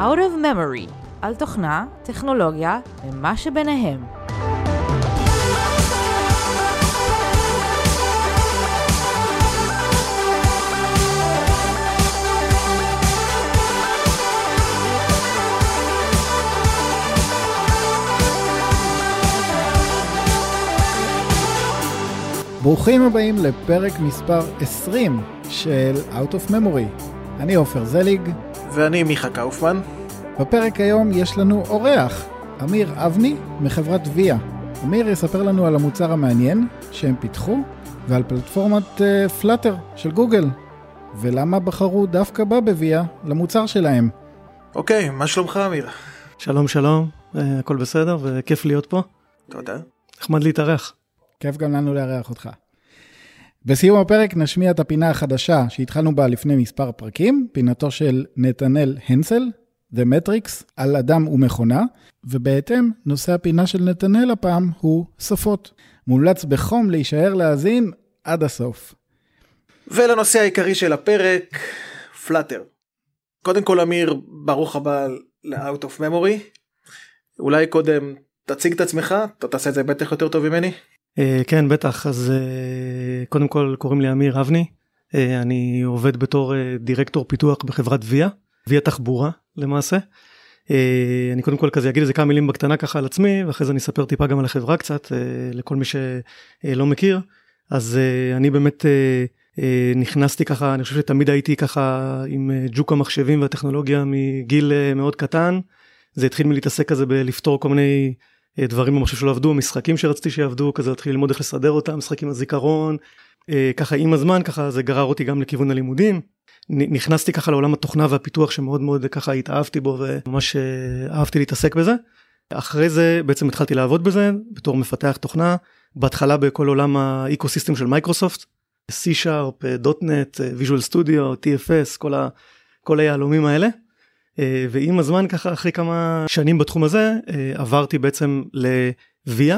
Out of Memory, על תוכנה, טכנולוגיה ומה שביניהם. ברוכים הבאים לפרק מספר 20 של Out of Memory. אני עופר זליג. ואני מיכה קאופמן. בפרק היום יש לנו אורח, אמיר אבני מחברת ויה. אמיר יספר לנו על המוצר המעניין שהם פיתחו, ועל פלטפורמת פלאטר של גוגל, ולמה בחרו דווקא בה בוויה למוצר שלהם. אוקיי, מה שלומך אמיר? שלום, הכל בסדר וכיף להיות פה. תודה. נחמד להתארח. כיף גם לנו לארח אותך. בסיום הפרק נשמיע את הפינה החדשה שהתחלנו בה לפני מספר פרקים, פינתו של נתנאל הנסל, The Matrix, על אדם ומכונה, ובהתאם נושא הפינה של נתנאל הפעם הוא שפות. מומלץ בחום להישאר להאזין עד הסוף. ולנושא העיקרי של הפרק, פלאטר. קודם כל אמיר, ברוך הבא ל-Out of Memory. אולי קודם תציג את עצמך, אתה תעשה את זה בטח יותר טוב ממני. כן, בטח. אז קודם כל קוראים לי אמיר אבני. אני עובד בתור דירקטור פיתוח בחברת ויה תחבורה למעשה. אני קודם כל כזה אגיד איזה כמה מילים בקטנה ככה על עצמי, ואחרי זה אני אספר טיפה גם על החברה קצת, לכל מי שלא מכיר. אז אני באמת נכנסתי ככה, אני חושב שתמיד הייתי ככה עם ג'וק המחשבים והטכנולוגיה מגיל מאוד קטן. זה התחיל מלהתעסק כזה בלפתור כל מיני דברים במחשב שלא עבדו, משחקים שרציתי שיעבדו, כזה התחיל ללמוד איך לסדר אותם, משחקים הזיכרון, ככה עם הזמן, ככה זה גרר אותי גם לכיוון הלימודים, נכנסתי ככה לעולם התוכנה והפיתוח שמאוד מאוד ככה התאהבתי בו, וממש אהבתי להתעסק בזה. אחרי זה בעצם התחלתי לעבוד בזה, בתור מפתח תוכנה, בהתחלה בכל עולם האקוסיסטם של מייקרוסופט, C#, .NET, Visual Studio, TFS, כל היעלומים האלה. ועם הזמן ככה אחרי כמה שנים בתחום הזה עברתי בעצם לוויה,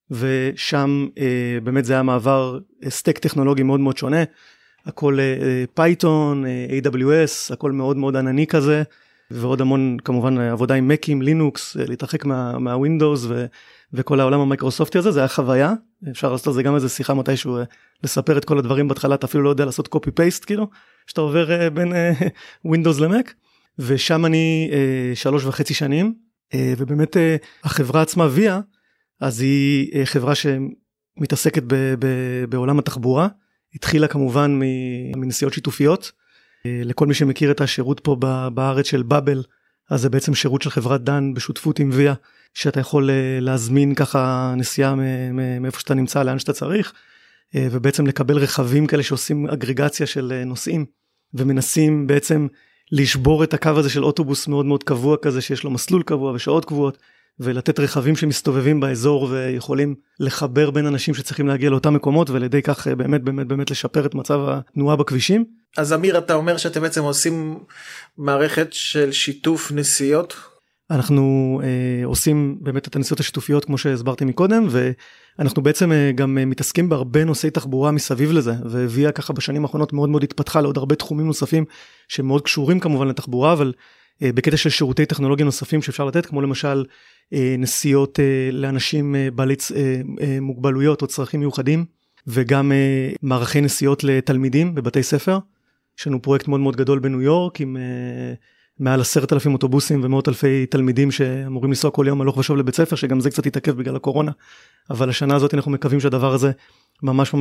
ושם באמת זה היה מעבר סטק טכנולוגי מאוד מאוד שונה, הכל פייתון, AWS, הכל מאוד מאוד ענני כזה, ועוד המון כמובן עבודה עם מקים, לינוקס, להתרחק מהווינדוס וכל העולם המייקרוסופטי הזה, זה היה חוויה, אפשר לעשות על זה גם איזה שיחה מתישהו, לספר את כל הדברים בהתחלה, אתה אפילו לא יודע לעשות קופי פייסט כאילו, שאתה עובר בין ווינדוס למק. ושם אני 3.5 שנים, ובאמת החברה עצמה ויה, אז היא חברה שמתעסקת בעולם התחבורה, התחילה כמובן מנסיעות שיתופיות, לכל מי שמכיר את השירות פה בארץ של בבל, אז זה בעצם שירות של חברת דן בשותפות עם ויה, שאתה יכול להזמין ככה נסיעה מאיפה שאתה נמצא, לאן שאתה צריך, ובעצם לקבל רכבים כאלה שעושים אגרגציה של נוסעים, ומנסים בעצם לשבור את הקו הזה של אוטובוס מאוד מאוד קבוע כזה, שיש לו מסלול קבוע ושעות קבועות, ולתת רכבים שמסתובבים באזור ויכולים לחבר בין אנשים שצריכים להגיע לאותם מקומות, ולידי כך באמת לשפר את מצב התנועה בכבישים. אז אמיר, אתה אומר שאתם בעצם עושים מערכת של שיתוף נסיעות? אנחנו עושים באמת את הנסיעות השיתופיות כמו שהסברתי מקודם, ואנחנו בעצם גם מתעסקים בהרבה נושאי תחבורה מסביב לזה, וויה ככה בשנים האחרונות מאוד מאוד התפתחה לעוד הרבה תחומים נוספים, שמאוד קשורים כמובן לתחבורה, אבל בקטע של שירותי טכנולוגיה נוספים שאפשר לתת, כמו למשל נסיעות לאנשים בעלי מוגבלויות או צרכים מיוחדים, וגם מערכי נסיעות לתלמידים בבתי ספר, יש לנו פרויקט מאוד מאוד גדול בניו יורק, עם מעל 10,000 אוטובוסים ומאות אלפי תלמידים שאמורים לנסוע כל יום הלוך ושוב לבית ספר, שגם זה קצת יתעכב בגלל הקורונה, אבל השנה הזאת אנחנו מקווים שהדבר הזה ממש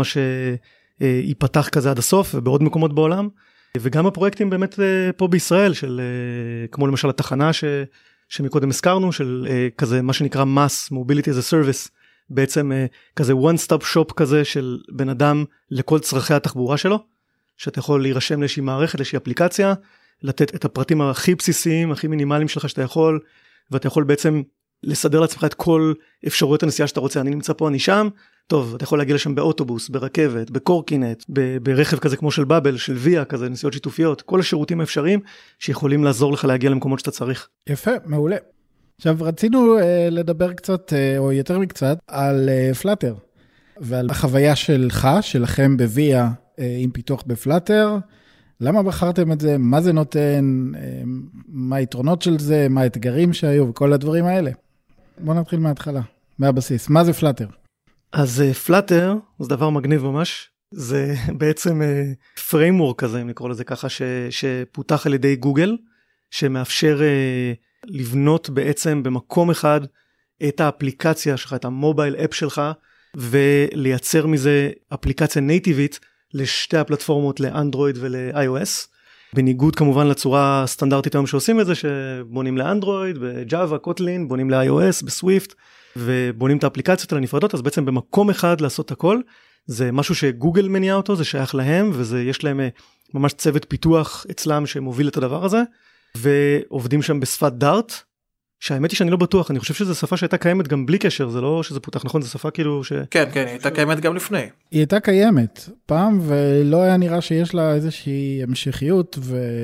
ייפתח כזה עד הסוף, ובעוד מקומות בעולם, וגם הפרויקטים באמת פה בישראל, של כמו למשל התחנה שמקודם הזכרנו, של כזה מה שנקרא Mass Mobility as a Service, בעצם כזה one stop shop כזה של בן אדם לכל צרכי התחבורה שלו, שאתה יכול להירשם לאיזושהי מערכת, לאיזושהי אפליקציה, לתת את הפרטים הכי בסיסיים, הכי מינימליים שלך שאתה יכול, ואתה יכול בעצם לסדר לעצמך את כל אפשרויות הנסיעה שאתה רוצה. אני נמצא פה, אני שם, טוב, אתה יכול להגיע לשם באוטובוס, ברכבת, בקורקינט, ברכב כזה כמו של בבל, של ויה, כזה נסיעות שיתופיות, כל השירותים האפשריים שיכולים לעזור לך להגיע למקומות שאתה צריך. יפה, מעולה. עכשיו רצינו לדבר קצת, או יותר מקצת, על פלאטר, ועל החוויה שלכם בוויה עם פיתוח בפלאטר, למה בחרתם את זה? מה זה נותן? מה היתרונות של זה? מה האתגרים שהיו? וכל הדברים האלה. בואו נתחיל מההתחלה, מהבסיס. מה זה פלאטר? אז פלאטר זה דבר מגניב ממש. זה בעצם framework כזה, אם נקרא לזה ככה, שפותח על ידי גוגל, שמאפשר לבנות בעצם במקום אחד את האפליקציה שלך, את המובייל אפ שלך, ולייצר מזה אפליקציה נייטיבית לשתי הפלטפורמות, לאנדרואיד ול-iOS. בניגוד כמובן לצורה הסטנדרטית היום שעושים את זה, שבונים לאנדרואיד, בג'אווה, קוטלין, בונים ל-iOS, בסוויפט, ובונים את האפליקציות הנפרדות, אז בעצם במקום אחד לעשות הכל, זה משהו שגוגל מניע אותו, זה שייך להם, ויש להם ממש צוות פיתוח אצלם שמוביל את הדבר הזה, ועובדים שם בשפת דארט, שהאמת היא שאני לא בטוח, אני חושב שזו שפה שהייתה קיימת גם בלי קשר, זה לא שזה פותח, נכון? זו שפה כאילו ש... כן, היא הייתה קיימת גם לפני. היא הייתה קיימת פעם, ולא היה נראה שיש לה איזושהי המשכיות,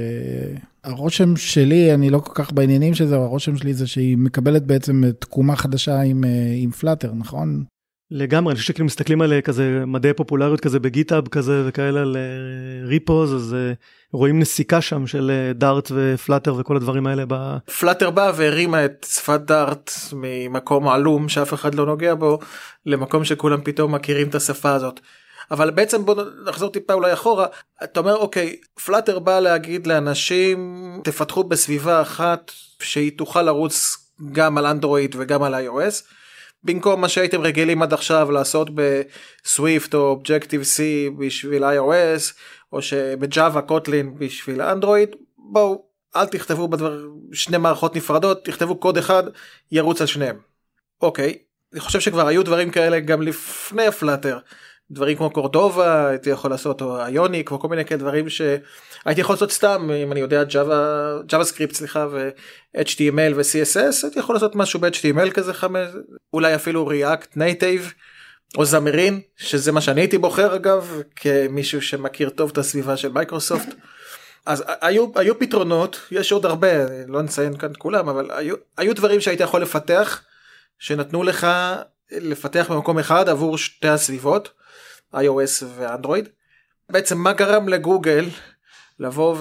והרושם שלי, אני לא כל כך בעניינים שזה, הרושם שלי זה שהיא מקבלת בעצם תקומה חדשה עם פלאטר, נכון? לגמרי, אני חושב שכאילו מסתכלים על כזה מדעי פופולריות כזה בגיטאב כזה וכאלה על ריפוז, אז רואים נסיקה שם של דארט ופלאטר וכל הדברים האלה. פלאטר באה והרימה את שפת דארט ממקום עלום שאף אחד לא נוגע בו, למקום שכולם פתאום מכירים את השפה הזאת. אבל בעצם בוא נחזור טיפה אולי אחורה, אתה אומר אוקיי, פלאטר באה להגיד לאנשים, תפתחו בסביבה אחת שהיא תוכל לרוץ גם על אנדרואיד וגם על iOS, במקום מה שהייתם רגילים עד עכשיו לעשות בסוויפט או אובג'קטיב C בשביל iOS, או שבג'אווה קוטלין בשביל אנדרואיד, בואו, אל תכתבו שני מערכות נפרדות, תכתבו קוד אחד, ירוץ על שניהם. אוקיי, אני חושב שכבר היו דברים כאלה גם לפני הפלאטר, דברים כמו קורדובה, הייתי יכול לעשות, או איוניק, וכל מיני כאלה דברים שהייתי יכול לעשות סתם, אם אני יודע ג'אווה סקריפט, סליחה, ו-HTML ו-CSS, הייתי יכול לעשות משהו ב-HTML כזה אולי אפילו React Native, או זמרין, שזה מה שאני הייתי בוחר אגב, כמישהו שמכיר טוב את הסביבה של מייקרוסופט. אז היו פתרונות, יש עוד הרבה, לא נציין כאן כולם, אבל היו דברים שהיית יכול לפתח, שנתנו לך לפתח במקום אחד עבור שתי הסביבות, iOS ואנדרואיד. בעצם מה גרם לגוגל לבוא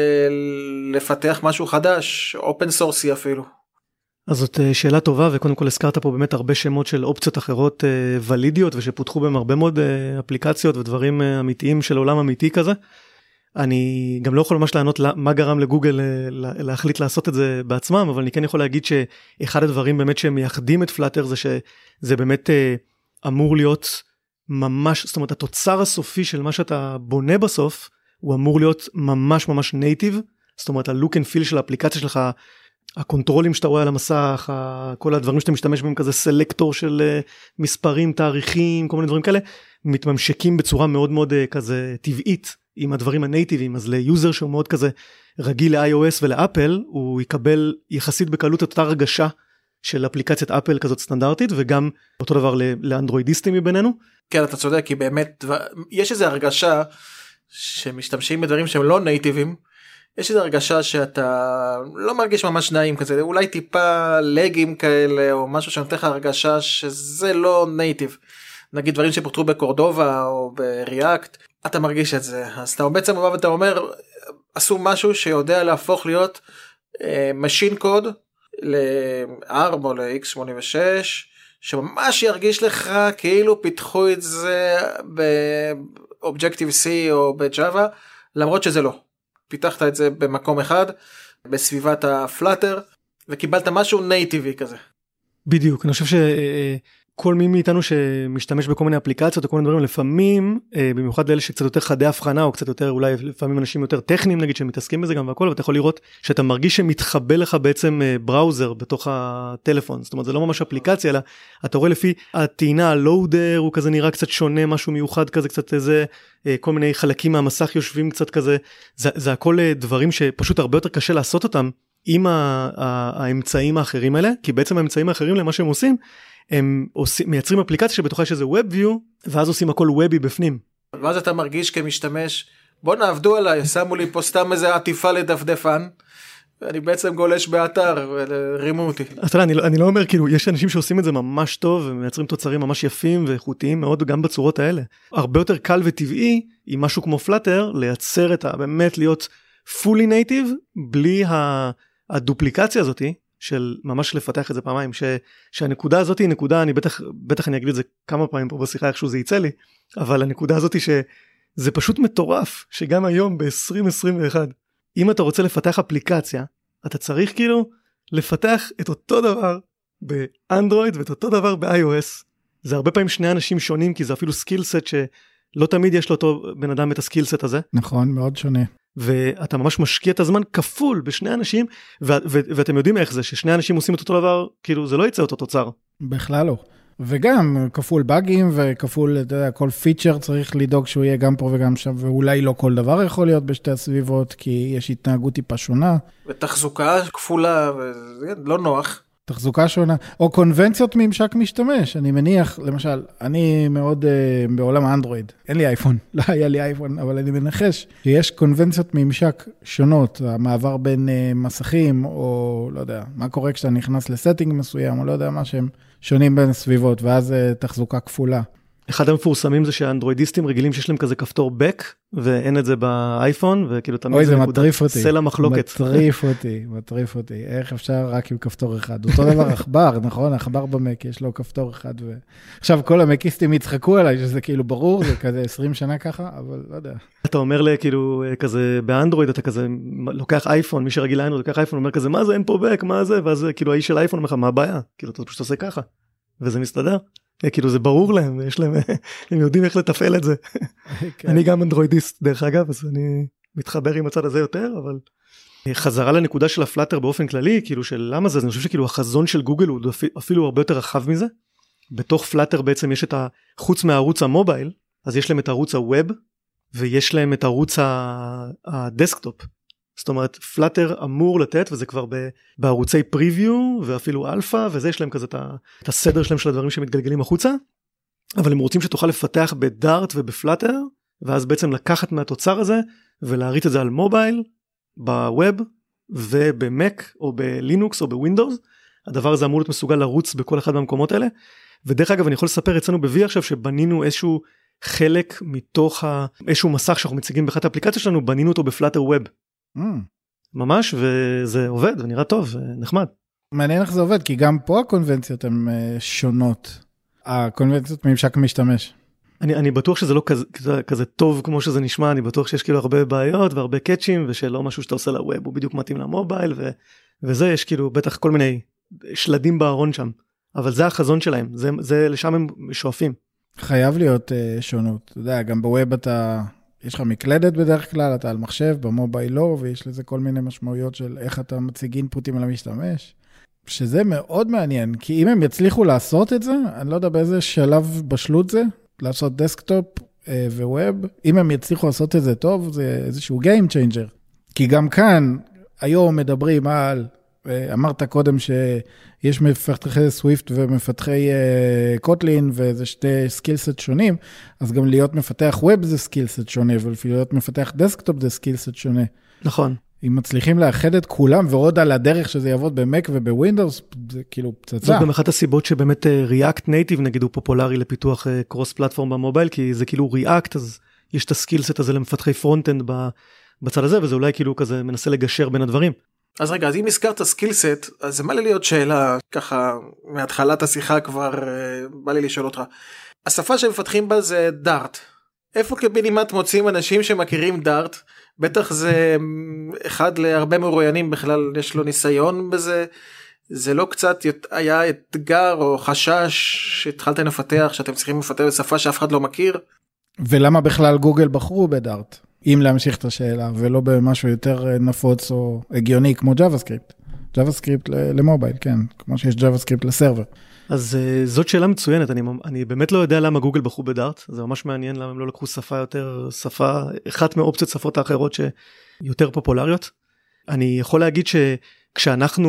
ולפתח משהו חדש, אופן סורסי אפילו? אז זאת שאלה טובה, וקודם כל הזכרת פה באמת הרבה שמות של אופציות אחרות ולידיות, ושפותחו בהם הרבה מאוד אפליקציות ודברים אמיתיים של עולם אמיתי כזה. אני גם לא יכול ממש לענות מה גרם לגוגל להחליט לעשות את זה בעצמם, אבל אני כן יכול להגיד שאחד הדברים באמת שמייחדים את פלאטר זה שזה באמת אמור להיות ממש, זאת אומרת התוצר הסופי של מה שאתה בונה בסוף, הוא אמור להיות ממש ממש נייטיב, זאת אומרת הלוק אנד פיל של האפליקציה שלך, הקונטרולים שאתה רואה על המסך, כל הדברים שאתה משתמש בהם כזה סלקטור של מספרים, תאריכים, כל מיני דברים כאלה, מתממשקים בצורה מאוד מאוד כזה טבעית עם הדברים הנייטיביים, אז ליוזר שהוא מאוד כזה רגיל ל-iOS ול-Apple, הוא יקבל יחסית בקלות את אותה הרגשה של אפליקציית אפל כזאת סטנדרטית, וגם אותו דבר לאנדרואידיסטים מבינינו. כן, אתה צודק, כי באמת יש איזו הרגשה שמשתמשים בדברים שהם לא נייטיביים, יש איזו הרגשה שאתה לא מרגיש ממש נעים כזה, אולי טיפה לגים כאלה, או משהו שנותן לך הרגשה שזה לא נייטיב. נגיד דברים שפותחו בקורדובה או בריאקט, אתה מרגיש את זה. אז אתה בעצם בא ואתה אומר, עשו משהו שיודע להפוך להיות משין קוד ל-ARM או ל-X86, שממש ירגיש לך כאילו פיתחו את זה ב-Objective-C או ב-Java, למרות שזה לא. פיתחת את זה במקום אחד, בסביבת הפלאטר, וקיבלת משהו נייטיבי כזה. בדיוק, אני חושב שכל מי מאיתנו שמשתמש בכל מיני אפליקציות, או כל מיני דברים, לפעמים, במיוחד לאלה שקצת יותר חדי הבחנה, או קצת יותר, אולי לפעמים אנשים יותר טכניים, נגיד, שמתעסקים בזה גם והכל, ואתה יכול לראות שאתה מרגיש שמתחבא לך בעצם בראוזר בתוך הטלפון, זאת אומרת, זה לא ממש אפליקציה, אלא אתה רואה לפי הטעינה, הלואודר, הוא כזה נראה קצת שונה, משהו מיוחד כזה, קצת איזה, כל מיני חלקים מהמסך יושבים קצת כזה, זה הכל דברים שפשוט הרבה יותר קשה לעשות אותם עם האמצעים האחרים האלה, כי בעצם האמצעים האחרים למה שהם עושים, הם מייצרים אפליקציה שבתוכה יש איזה WebView, ואז עושים הכל וובי בפנים. ואז אתה מרגיש כמשתמש, בוא נעבדו עליי, שמו לי פה סתם איזה עטיפה לדפדפן, אני בעצם גולש באתר, רימו אותי. אז אני לא אומר, כאילו, יש אנשים שעושים את זה ממש טוב, ומייצרים תוצרים ממש יפים ואיכותיים מאוד, גם בצורות האלה. הרבה יותר קל וטבעי, עם משהו כמו פלאטר, לייצר את באמת להיות fully native, בלי הדופליקציה הזאת, של ממש לפתח את זה פעמיים, שהנקודה הזאת היא נקודה, בטח אני אגיד את זה כמה פעמים פה בשיחה, איכשהו זה יצא לי, אבל הנקודה הזאת שזה פשוט מטורף, שגם היום ב-2021, אם אתה רוצה לפתח אפליקציה, אתה צריך כאילו לפתח את אותו דבר באנדרואיד ואת אותו דבר ב-iOS. זה הרבה פעמים שני אנשים שונים, כי זה אפילו סקילסט שלא תמיד יש לאותו בן אדם את הסקילסט הזה. נכון, מאוד שונה. ואתה ממש משקיע את הזמן כפול בשני אנשים, ואתם יודעים איך זה, ששני אנשים עושים את אותו דבר, כאילו זה לא יצא אותו תוצר. בכלל לא. וגם כפול באגים וכפול, אתה יודע, כל פיצ'ר צריך לדאוג שהוא יהיה גם פה וגם שם, ואולי לא כל דבר יכול להיות בשתי הסביבות, כי יש התנהגות טיפה שונה. ותחזוקה כפולה, וזה לא נוח. תחזוקה שונה, או קונבנציות ממשק משתמש. אני מניח, למשל, אני מאוד בעולם האנדרואיד, אין לי אייפון, לא היה לי אייפון, אבל אני מנחש שיש קונבנציות ממשק שונות, המעבר בין מסכים, או לא יודע, מה קורה כשאתה נכנס לסטינג מסוים, או לא יודע מה שהם שונים בין סביבות, ואז תחזוקה כפולה. אחד המפורסמים זה שהאנדרואידיסטים רגילים שיש להם כזה כפתור back, ואין את זה באייפון, וכאילו תמיד זה נקודת סלע מחלוקת. מטריף אותי. איך אפשר רק עם כפתור אחד? אותו דבר עכבר, נכון? עכבר במק, יש לו כפתור אחד. עכשיו כל המקיסטים יצחקו עליי, שזה כאילו ברור, זה כזה 20 שנה ככה, אבל לא יודע. אתה אומר לי כאילו כזה באנדרואיד, אתה כזה לוקח אייפון, מי שרגיל לאנדרואיד לוקח אייפון, אומר כזה, מה זה, אין פה back, מה זה? ואז כאילו האיש של האייפון אומר לך, מה הבעיה? כאילו אתה פשוט עושה ככה, וזה מסתדר. כאילו זה ברור להם, יש להם, הם יודעים איך לתפעל את זה. אני גם אנדרואידיסט דרך אגב, אז אני מתחבר עם הצד הזה יותר, אבל חזרה לנקודה של הפלאטר באופן כללי, כאילו של למה זה, אני חושב שכאילו החזון של גוגל הוא אפילו הרבה יותר רחב מזה. בתוך פלאטר בעצם יש את חוץ מהערוץ המובייל, אז יש להם את ערוץ הווב, ויש להם את ערוץ הדסקטופ. זאת אומרת, פלאטר אמור לתת, וזה כבר בערוצי פריוויו, ואפילו אלפא, וזה יש להם כזה את הסדר שלהם של הדברים שמתגלגלים החוצה, אבל הם רוצים שתוכל לפתח בדארט ובפלאטר, ואז בעצם לקחת מהתוצר הזה, ולהריץ את זה על מובייל, בווב, ובמק, או בלינוקס, או בווינדוס, הדבר הזה אמור להיות מסוגל לרוץ בכל אחד מהמקומות האלה, ודרך אגב, אני יכול לספר אצלנו ב-V עכשיו, שבנינו איזשהו חלק מתוך איזשהו מסך שאנחנו מציגים באחת האפליקציה שלנו, בנינו אותו בפלאטר ווב. ממש, וזה עובד, ונראה טוב, נחמד. מעניין איך זה עובד, כי גם פה הקונבנציות הן שונות. הקונבנציות ממשק משתמש. אני בטוח שזה לא כזה טוב כמו שזה נשמע, אני בטוח שיש כאילו הרבה בעיות והרבה קאצ'ים, ושלא משהו שאתה עושה לווב, הוא בדיוק מתאים למובייל, וזה יש כאילו בטח כל מיני שלדים בארון שם. אבל זה החזון שלהם, זה לשם הם שואפים. חייב להיות שונות. אתה יודע, גם בווב יש לך מקלדת בדרך כלל, אתה על מחשב, במובייל לא, ויש לזה כל מיני משמעויות של איך אתה מציג אינפוטים על המשתמש, שזה מאוד מעניין, כי אם הם יצליחו לעשות את זה, אני לא יודע באיזה שלב בשלות זה, לעשות דסקטופ וווב, אם הם יצליחו לעשות את זה טוב, זה איזשהו game changer. כי גם כאן, היום מדברים על, אמרת קודם שיש מפתחי סוויפט ומפתחי קוטלין, וזה שתי סקילסט שונים, אז גם להיות מפתח ווב זה סקילסט שונה, ולהיות מפתח דסקטופ זה סקילסט שונה. נכון. אם מצליחים לאחד את כולם, ועוד על הדרך שזה יעבוד במק ובווינדוס, זה כאילו פצצה. זאת גם אחת הסיבות שבאמת React Native נגיד הוא פופולרי לפיתוח קרוס פלטפורם במובייל, כי זה כאילו React, אז יש את הסקילסט הזה למפתחי פרונט-אנד בצד הזה, וזה אולי כאילו כזה מנסה לגשר בין הדברים. אז רגע, אז אם הזכרת סקילסט, אז זה בא לי להיות שאלה, ככה, מהתחלת השיחה כבר בא לי לשאול אותך. השפה שמפתחים בה זה דארט. איפה כמינימט מוצאים אנשים שמכירים דארט? בטח זה אחד להרבה מרואיינים בכלל, יש לו ניסיון בזה. זה לא קצת היה אתגר או חשש שהתחלתם לפתח, שאתם צריכים לפתח בשפה שאף אחד לא מכיר? ולמה בכלל גוגל בחרו בדארט? אם להמשיך את השאלה, ולא במשהו יותר נפוץ או הגיוני כמו JavaScript. JavaScript למובייל, כן, כמו שיש JavaScript לסרבר. אז זאת שאלה מצוינת, אני באמת לא יודע למה גוגל בחרו בדארט, זה ממש מעניין למה הם לא לקחו שפה, אחת מאופציות שפות האחרות שיותר פופולריות. אני יכול להגיד שכשאנחנו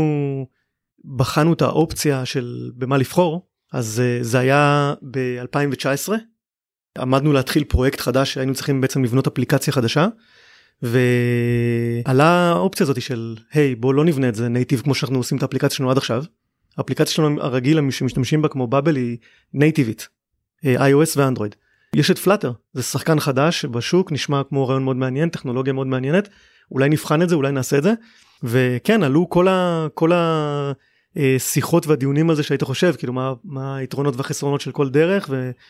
בחנו את האופציה של במה לבחור, אז זה היה ב-2019, עמדנו להתחיל פרויקט חדש, היינו צריכים בעצם לבנות אפליקציה חדשה, ועלה האופציה הזאת של, היי, בוא לא נבנה את זה נייטיב כמו שאנחנו עושים את האפליקציה שלנו עד עכשיו. האפליקציה שלנו הרגיל שמשתמשים בה כמו בבל היא נייטיבית, iOS ואנדרואיד. יש את פלאטר, זה שחקן חדש בשוק, נשמע כמו רעיון מאוד מעניין, טכנולוגיה מאוד מעניינת, אולי נבחן את זה, אולי נעשה את זה, וכן, עלו כל השיחות והדיונים על זה שהיית חושב, כאילו מה היתרונות והחסרונות של כל דרך,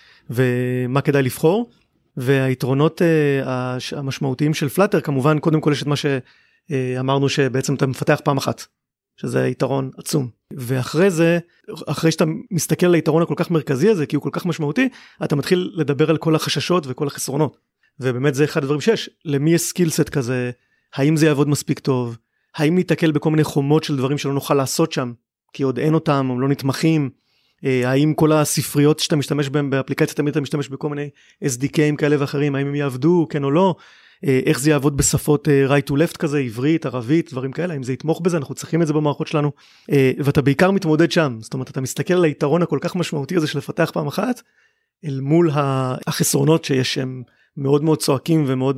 ומה כדאי לבחור, והיתרונות המשמעותיים של פלאטר, כמובן, קודם כל יש את מה שאמרנו שבעצם אתה מפתח פעם אחת, שזה יתרון עצום. ואחרי זה, אחרי שאתה מסתכל על היתרון הכל כך מרכזי הזה, כי הוא כל כך משמעותי, אתה מתחיל לדבר על כל החששות וכל החסרונות. ובאמת זה אחד הדברים שיש. למי יש סקילסט כזה? האם זה יעבוד מספיק טוב? האם ניתקל בכל מיני חומות של דברים שלא נוכל לעשות שם? כי עוד אין אותם, הם לא נתמכים. האם כל הספריות שאתה משתמש בהם באפליקציה, תמיד אתה משתמש בכל מיני SDKים כאלה ואחרים, האם הם יעבדו, כן או לא? איך זה יעבוד בשפות right to left כזה, עברית, ערבית, דברים כאלה, אם זה יתמוך בזה, אנחנו צריכים את זה במערכות שלנו, ואתה בעיקר מתמודד שם, זאת אומרת, אתה מסתכל על היתרון הכל כך משמעותי הזה של לפתח פעם אחת, אל מול החסרונות שיש שהם מאוד מאוד צועקים ומאוד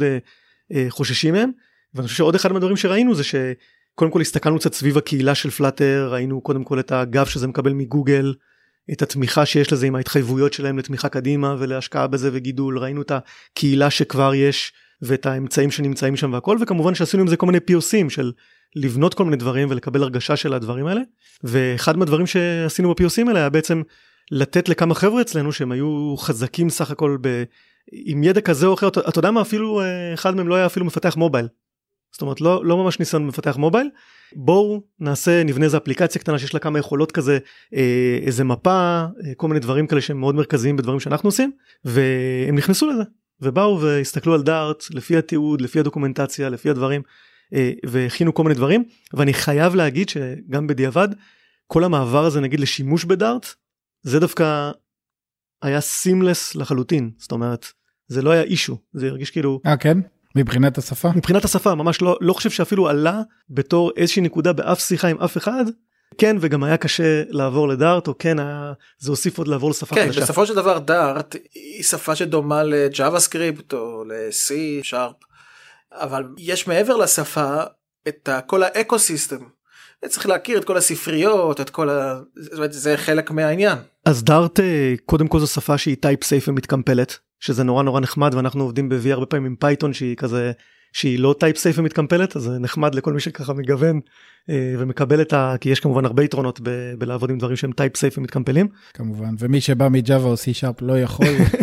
חוששים מהם, ואני חושב שעוד אחד מהדברים שראינו זה שקודם כל הסתכלנו קצת סביב הקהילה של פלאטר, ראינו קודם כל את הגב שזה מקבל מגוגל, את התמיכה שיש לזה עם ההתחייבויות שלהם לתמיכה קדימה ולהשקעה בזה וגידול, ראינו את הקהילה שכבר יש ואת האמצעים שנמצאים שם והכל, וכמובן שעשינו עם זה כל מיני POCים של לבנות כל מיני דברים ולקבל הרגשה של הדברים האלה, ואחד מהדברים שעשינו ב-POCים האלה היה בעצם לתת לכמה חבר'ה אצלנו שהם היו חזקים סך הכל עם ידע כזה או אחר, אתה יודע מה, אפילו אחד מהם לא היה אפילו מפתח מובייל, זאת אומרת לא ממש ניסיון מפתח מובייל, בואו נבנה איזה אפליקציה קטנה שיש לה כמה יכולות כזה, איזה מפה, כל מיני דברים כאלה שהם מאוד מרכזיים בדברים שאנחנו עושים, והם נכנסו לזה. ובאו והסתכלו על דארט, לפי התיעוד, לפי הדוקומנטציה, לפי הדברים, והכינו כל מיני דברים, ואני חייב להגיד שגם בדיעבד, כל המעבר הזה נגיד לשימוש בדארט, זה דווקא היה סימלס לחלוטין, זאת אומרת, זה לא היה אישו, זה הרגיש כאילו... כן? מבחינת השפה? מבחינת השפה, ממש לא חושב שאפילו עלה בתור איזושהי נקודה באף שיחה עם אף אחד, כן, וגם היה קשה לעבור לדארט, או כן, זה הוסיף עוד לעבור לשפה חדשה. כן, בסופו של דבר דארט היא שפה שדומה לג'אווה סקריפט או ל-C שרפ, אבל יש מעבר לשפה את כל האקוסיסטם. צריך להכיר את כל הספריות, זה חלק מהעניין. אז דארט, קודם כל זו שפה שהיא טייפ סייף ומתקמפלת, שזה נורא נורא נחמד, ואנחנו עובדים ב-V הרבה פעמים עם פייתון שהיא כזה... שהיא לא טייפ סייף ומתקמפלת, אז זה נחמד לכל מי שככה מגוון ומקבל כי יש כמובן הרבה יתרונות בלעבוד עם דברים שהם טייפ סייף ומתקמפלים. כמובן, ומי שבא מג'אווה או C שרפ לא יכול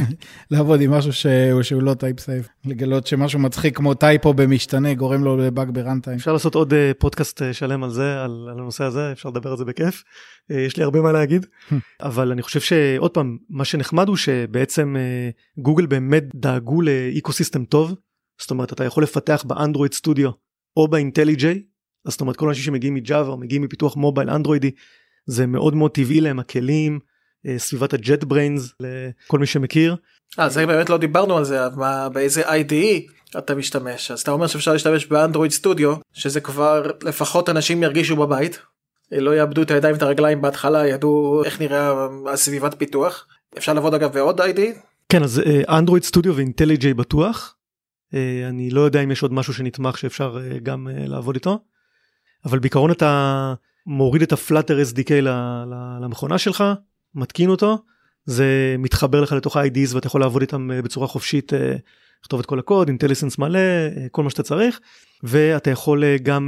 לעבוד עם משהו שהוא לא טייפ סייף. לגלות שמשהו מצחיק כמו טייפו במשתנה, גורם לו לבאג ברנטיים. אפשר לעשות עוד פודקאסט שלם על זה, על הנושא הזה, אפשר לדבר על זה בכיף. יש לי הרבה מה להגיד, אבל אני חושב שעוד פעם, מה שנחמד הוא שבעצם גוגל באמת דאגו לאקוסיסטם טוב, זאת אומרת, אתה יכול לפתח באנדרואיד סטודיו או באינטליג'יי, זאת אומרת, כל אנשים שמגיעים מג'אווה או מגיעים מפיתוח מובייל אנדרואידי, זה מאוד מאוד טבעי להם, הכלים, סביבת הג'ט בריינס, לכל מי שמכיר. זה באמת לא דיברנו על זה, באיזה IDE אתה משתמש, אז אתה אומר שאפשר להשתמש באנדרואיד סטודיו, שזה כבר לפחות אנשים ירגישו בבית, לא יאבדו את הידיים ואת הרגליים בהתחלה, ידעו איך נראה הסביבת פיתוח. אפשר לעבוד אגב בעוד IDE? כן, אז אנדרואיד סטודיו ואינטליג'יי בטוח, אני לא יודע אם יש עוד משהו שנתמך שאפשר גם לעבוד איתו, אבל בעיקרון אתה מוריד את הפלאטר SDK למכונה שלך, מתקין אותו, זה מתחבר לך לתוך ה-IDs ואתה יכול לעבוד איתם בצורה חופשית, לכתוב את כל הקוד, אינטליסנס מלא, כל מה שאתה צריך, ואתה יכול גם,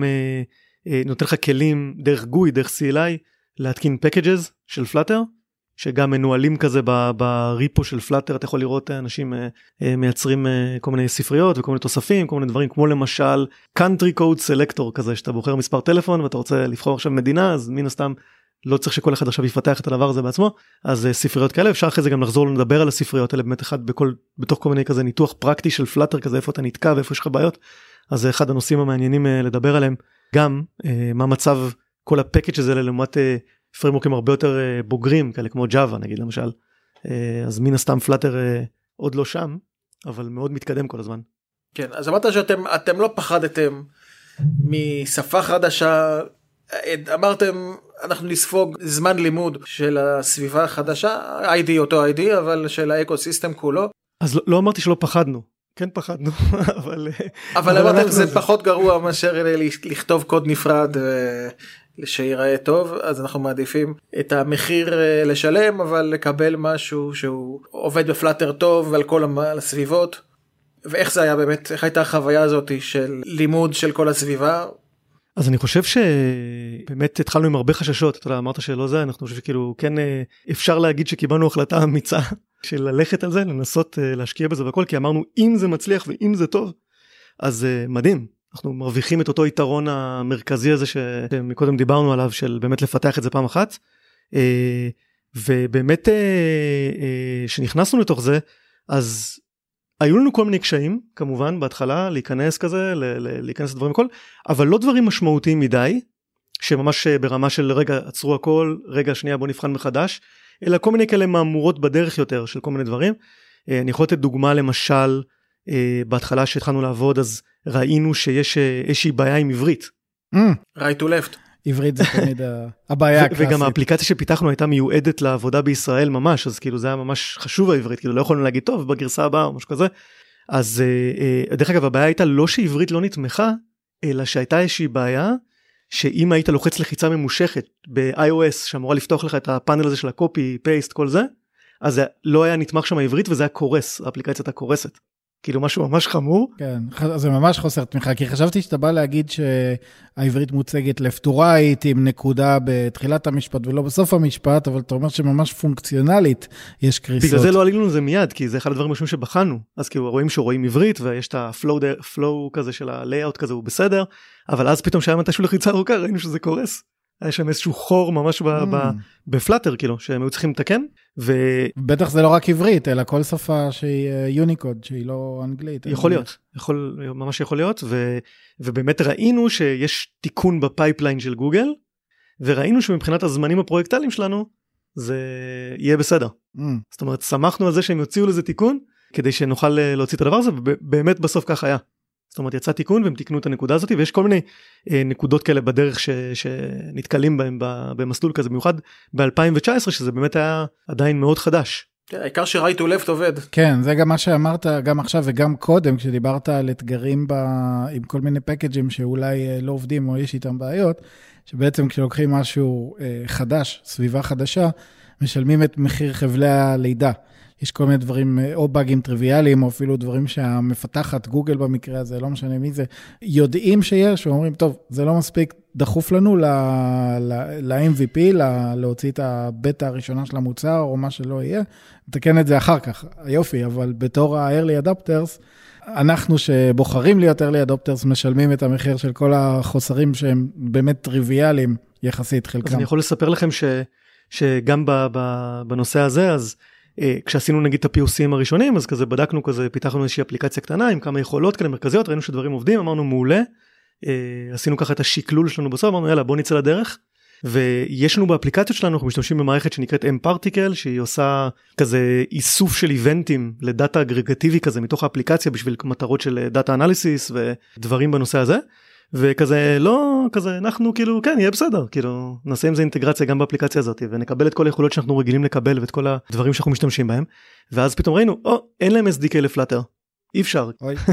נותן לך כלים דרך גוי, דרך CLI, להתקין packages של פלאטר, שגם מנוהלים כזה בריפו של פלאטר, אתה יכול לראות אנשים מייצרים כל מיני ספריות וכל מיני תוספים, כל מיני דברים, כמו למשל country code selector כזה, שאתה בוחר מספר טלפון ואתה רוצה לבחור עכשיו מדינה, אז מן הסתם לא צריך שכל אחד עכשיו יפתח את הדבר הזה בעצמו, אז ספריות כאלה, אפשר אחרי זה גם לחזור לדבר על הספריות האלה, באמת אחד בתוך כל מיני כזה ניתוח פרקטי של פלאטר כזה, איפה אתה נתקע ואיפה יש לך בעיות, אז זה אחד הנושאים המעניינים לדבר עליהם, גם מה מצב כל הפקאג' הזה לעומת פריימורקים הרבה יותר בוגרים, כאלה כמו ג'אווה נגיד למשל, אז מן הסתם פלאטר עוד לא שם, אבל מאוד מתקדם כל הזמן. כן, אז אמרת שאתם לא פחדתם משפה חדשה, אמרתם אנחנו נספוג זמן לימוד של הסביבה החדשה, ID אותו ID, אבל של האקוסיסטם כולו. אז לא אמרתי שלא פחדנו, כן פחדנו, אבל אמרתם זה פחות גרוע מאשר לכתוב קוד נפרד שיראה טוב, אז אנחנו מעדיפים את המחיר לשלם, אבל לקבל משהו שהוא עובד בפלאטר טוב על כל הסביבות. ואיך זה היה באמת, איך הייתה החוויה הזאת של לימוד של כל הסביבה? אז אני חושב שבאמת התחלנו עם הרבה חששות, אתה יודע, אמרת שלא זה, אנחנו חושב שכאילו כן אפשר להגיד שקיבלנו החלטה אמיצה של ללכת על זה, לנסות להשקיע בזה והכל, כי אמרנו אם זה מצליח ואם זה טוב, אז מדהים, אנחנו מרוויחים את אותו יתרון המרכזי הזה שמקודם דיברנו עליו, של באמת לפתח את זה פעם אחת, ובאמת שנכנסנו לתוך זה, אז היו לנו כל מיני קשיים, כמובן, בהתחלה, להיכנס כזה, להיכנס לדברים הכל, אבל לא דברים משמעותיים מדי, שממש ברמה של רגע עצרו הכל, רגע שנייה בוא נבחן מחדש, אלא כל מיני כאלה מאמורות בדרך יותר של כל מיני דברים. אני יכול לתת דוגמה למשל, בהתחלה שהתחלנו לעבוד, אז ראינו שיש איזושהי בעיה עם עברית. right to left. עברית זה תמיד הבעיה הקלאסית. וגם האפליקציה שפיתחנו הייתה מיועדת לעבודה בישראל ממש, אז כאילו זה היה ממש חשוב העברית, כאילו לא יכולנו להגיד טוב בגרסה הבאה או משהו כזה. אז דרך אגב הבעיה הייתה לא שעברית לא נתמכה, אלא שהייתה איזושהי בעיה, שאם היית לוחץ לחיצה ממושכת ב-iOS, שאמורה לפתוח לך את הפאנל הזה של הקופי, פייסט, כל זה, אז לא היה נתמך שם העברית וזה היה קורס, האפליקציה הייתה קורסת. כאילו משהו ממש חמור. כן, זה ממש חוסר תמיכה, כי חשבתי שאתה בא להגיד שהעברית מוצגת left to right, עם נקודה בתחילת המשפט ולא בסוף המשפט, אבל אתה אומר שממש פונקציונלית יש קריסות. בגלל זה לא עלינו לזה מיד, כי זה אחד הדברים משום שבחנו, אז כאילו רואים שרואים עברית, ויש את הפלואו כזה של הלייאוט כזה, הוא בסדר, אבל אז פתאום שהיה מתישהו לחיצה ארוכה, ראינו שזה קורס. היה שם איזשהו חור ממש בפלאטר, כאילו, שהם היו צריכים לתקן, בטח זה לא רק עברית, אלא כל שפה שהיא יוניקוד, שהיא לא אנגלית. יכול להיות, ממש יכול להיות, ובאמת ראינו שיש תיקון בפייפליין של גוגל, וראינו שמבחינת הזמנים הפרויקטליים שלנו, זה יהיה בסדר. זאת אומרת, שמחנו על זה שהם יוציאו לזה תיקון, כדי שנוכל להוציא את הדבר הזה, ובאמת בסוף כך היה. זאת אומרת, יצא תיקון והם תיקנו את הנקודה הזאת, ויש כל מיני נקודות כאלה בדרך שנתקלים בהם במסלול כזה, במיוחד ב-2019, שזה באמת היה עדיין מאוד חדש. העיקר ש-right to left עובד. כן, זה גם מה שאמרת גם עכשיו וגם קודם, כשדיברת על אתגרים עם כל מיני פקאג'ים שאולי לא עובדים או יש איתם בעיות, שבעצם כשלוקחים משהו חדש, סביבה חדשה, משלמים את מחיר חבלי הלידה. יש כל מיני דברים, או באגים טריוויאליים, או אפילו דברים שהמפתחת, גוגל במקרה הזה, לא משנה מי זה, יודעים שיש, ואומרים, טוב, זה לא מספיק דחוף לנו ל-MVP, להוציא את הבטא הראשונה של המוצר, או מה שלא יהיה, נתקן את זה אחר כך, היופי, אבל בתור ה-early adopters, אנחנו שבוחרים להיות early adopters, משלמים את המחיר של כל החוסרים שהם באמת טריוויאליים, יחסית חלקם. אז אני יכול לספר לכם שגם בנושא הזה, אז כשעשינו נגיד את ה-POCים הראשונים, אז כזה בדקנו כזה, פיתחנו איזושהי אפליקציה קטנה, עם כמה יכולות כאלה מרכזיות, ראינו שדברים עובדים, אמרנו מעולה, עשינו ככה את השקלול שלנו בסוף, אמרנו יאללה בוא נצא לדרך, ויש לנו באפליקציות שלנו, אנחנו משתמשים במערכת שנקראת M-Particle, שהיא עושה כזה איסוף של איבנטים לדאטה אגרגטיבי כזה, מתוך האפליקציה בשביל מטרות של דאטה אנליסיס ודברים בנושא הזה, וכזה לא, כזה אנחנו כאילו כן יהיה בסדר, כאילו נעשה עם זה אינטגרציה גם באפליקציה הזאת, ונקבל את כל היכולות שאנחנו רגילים לקבל, ואת כל הדברים שאנחנו משתמשים בהם, ואז פתאום ראינו, אין להם SDK לפלאטר, אי אפשר.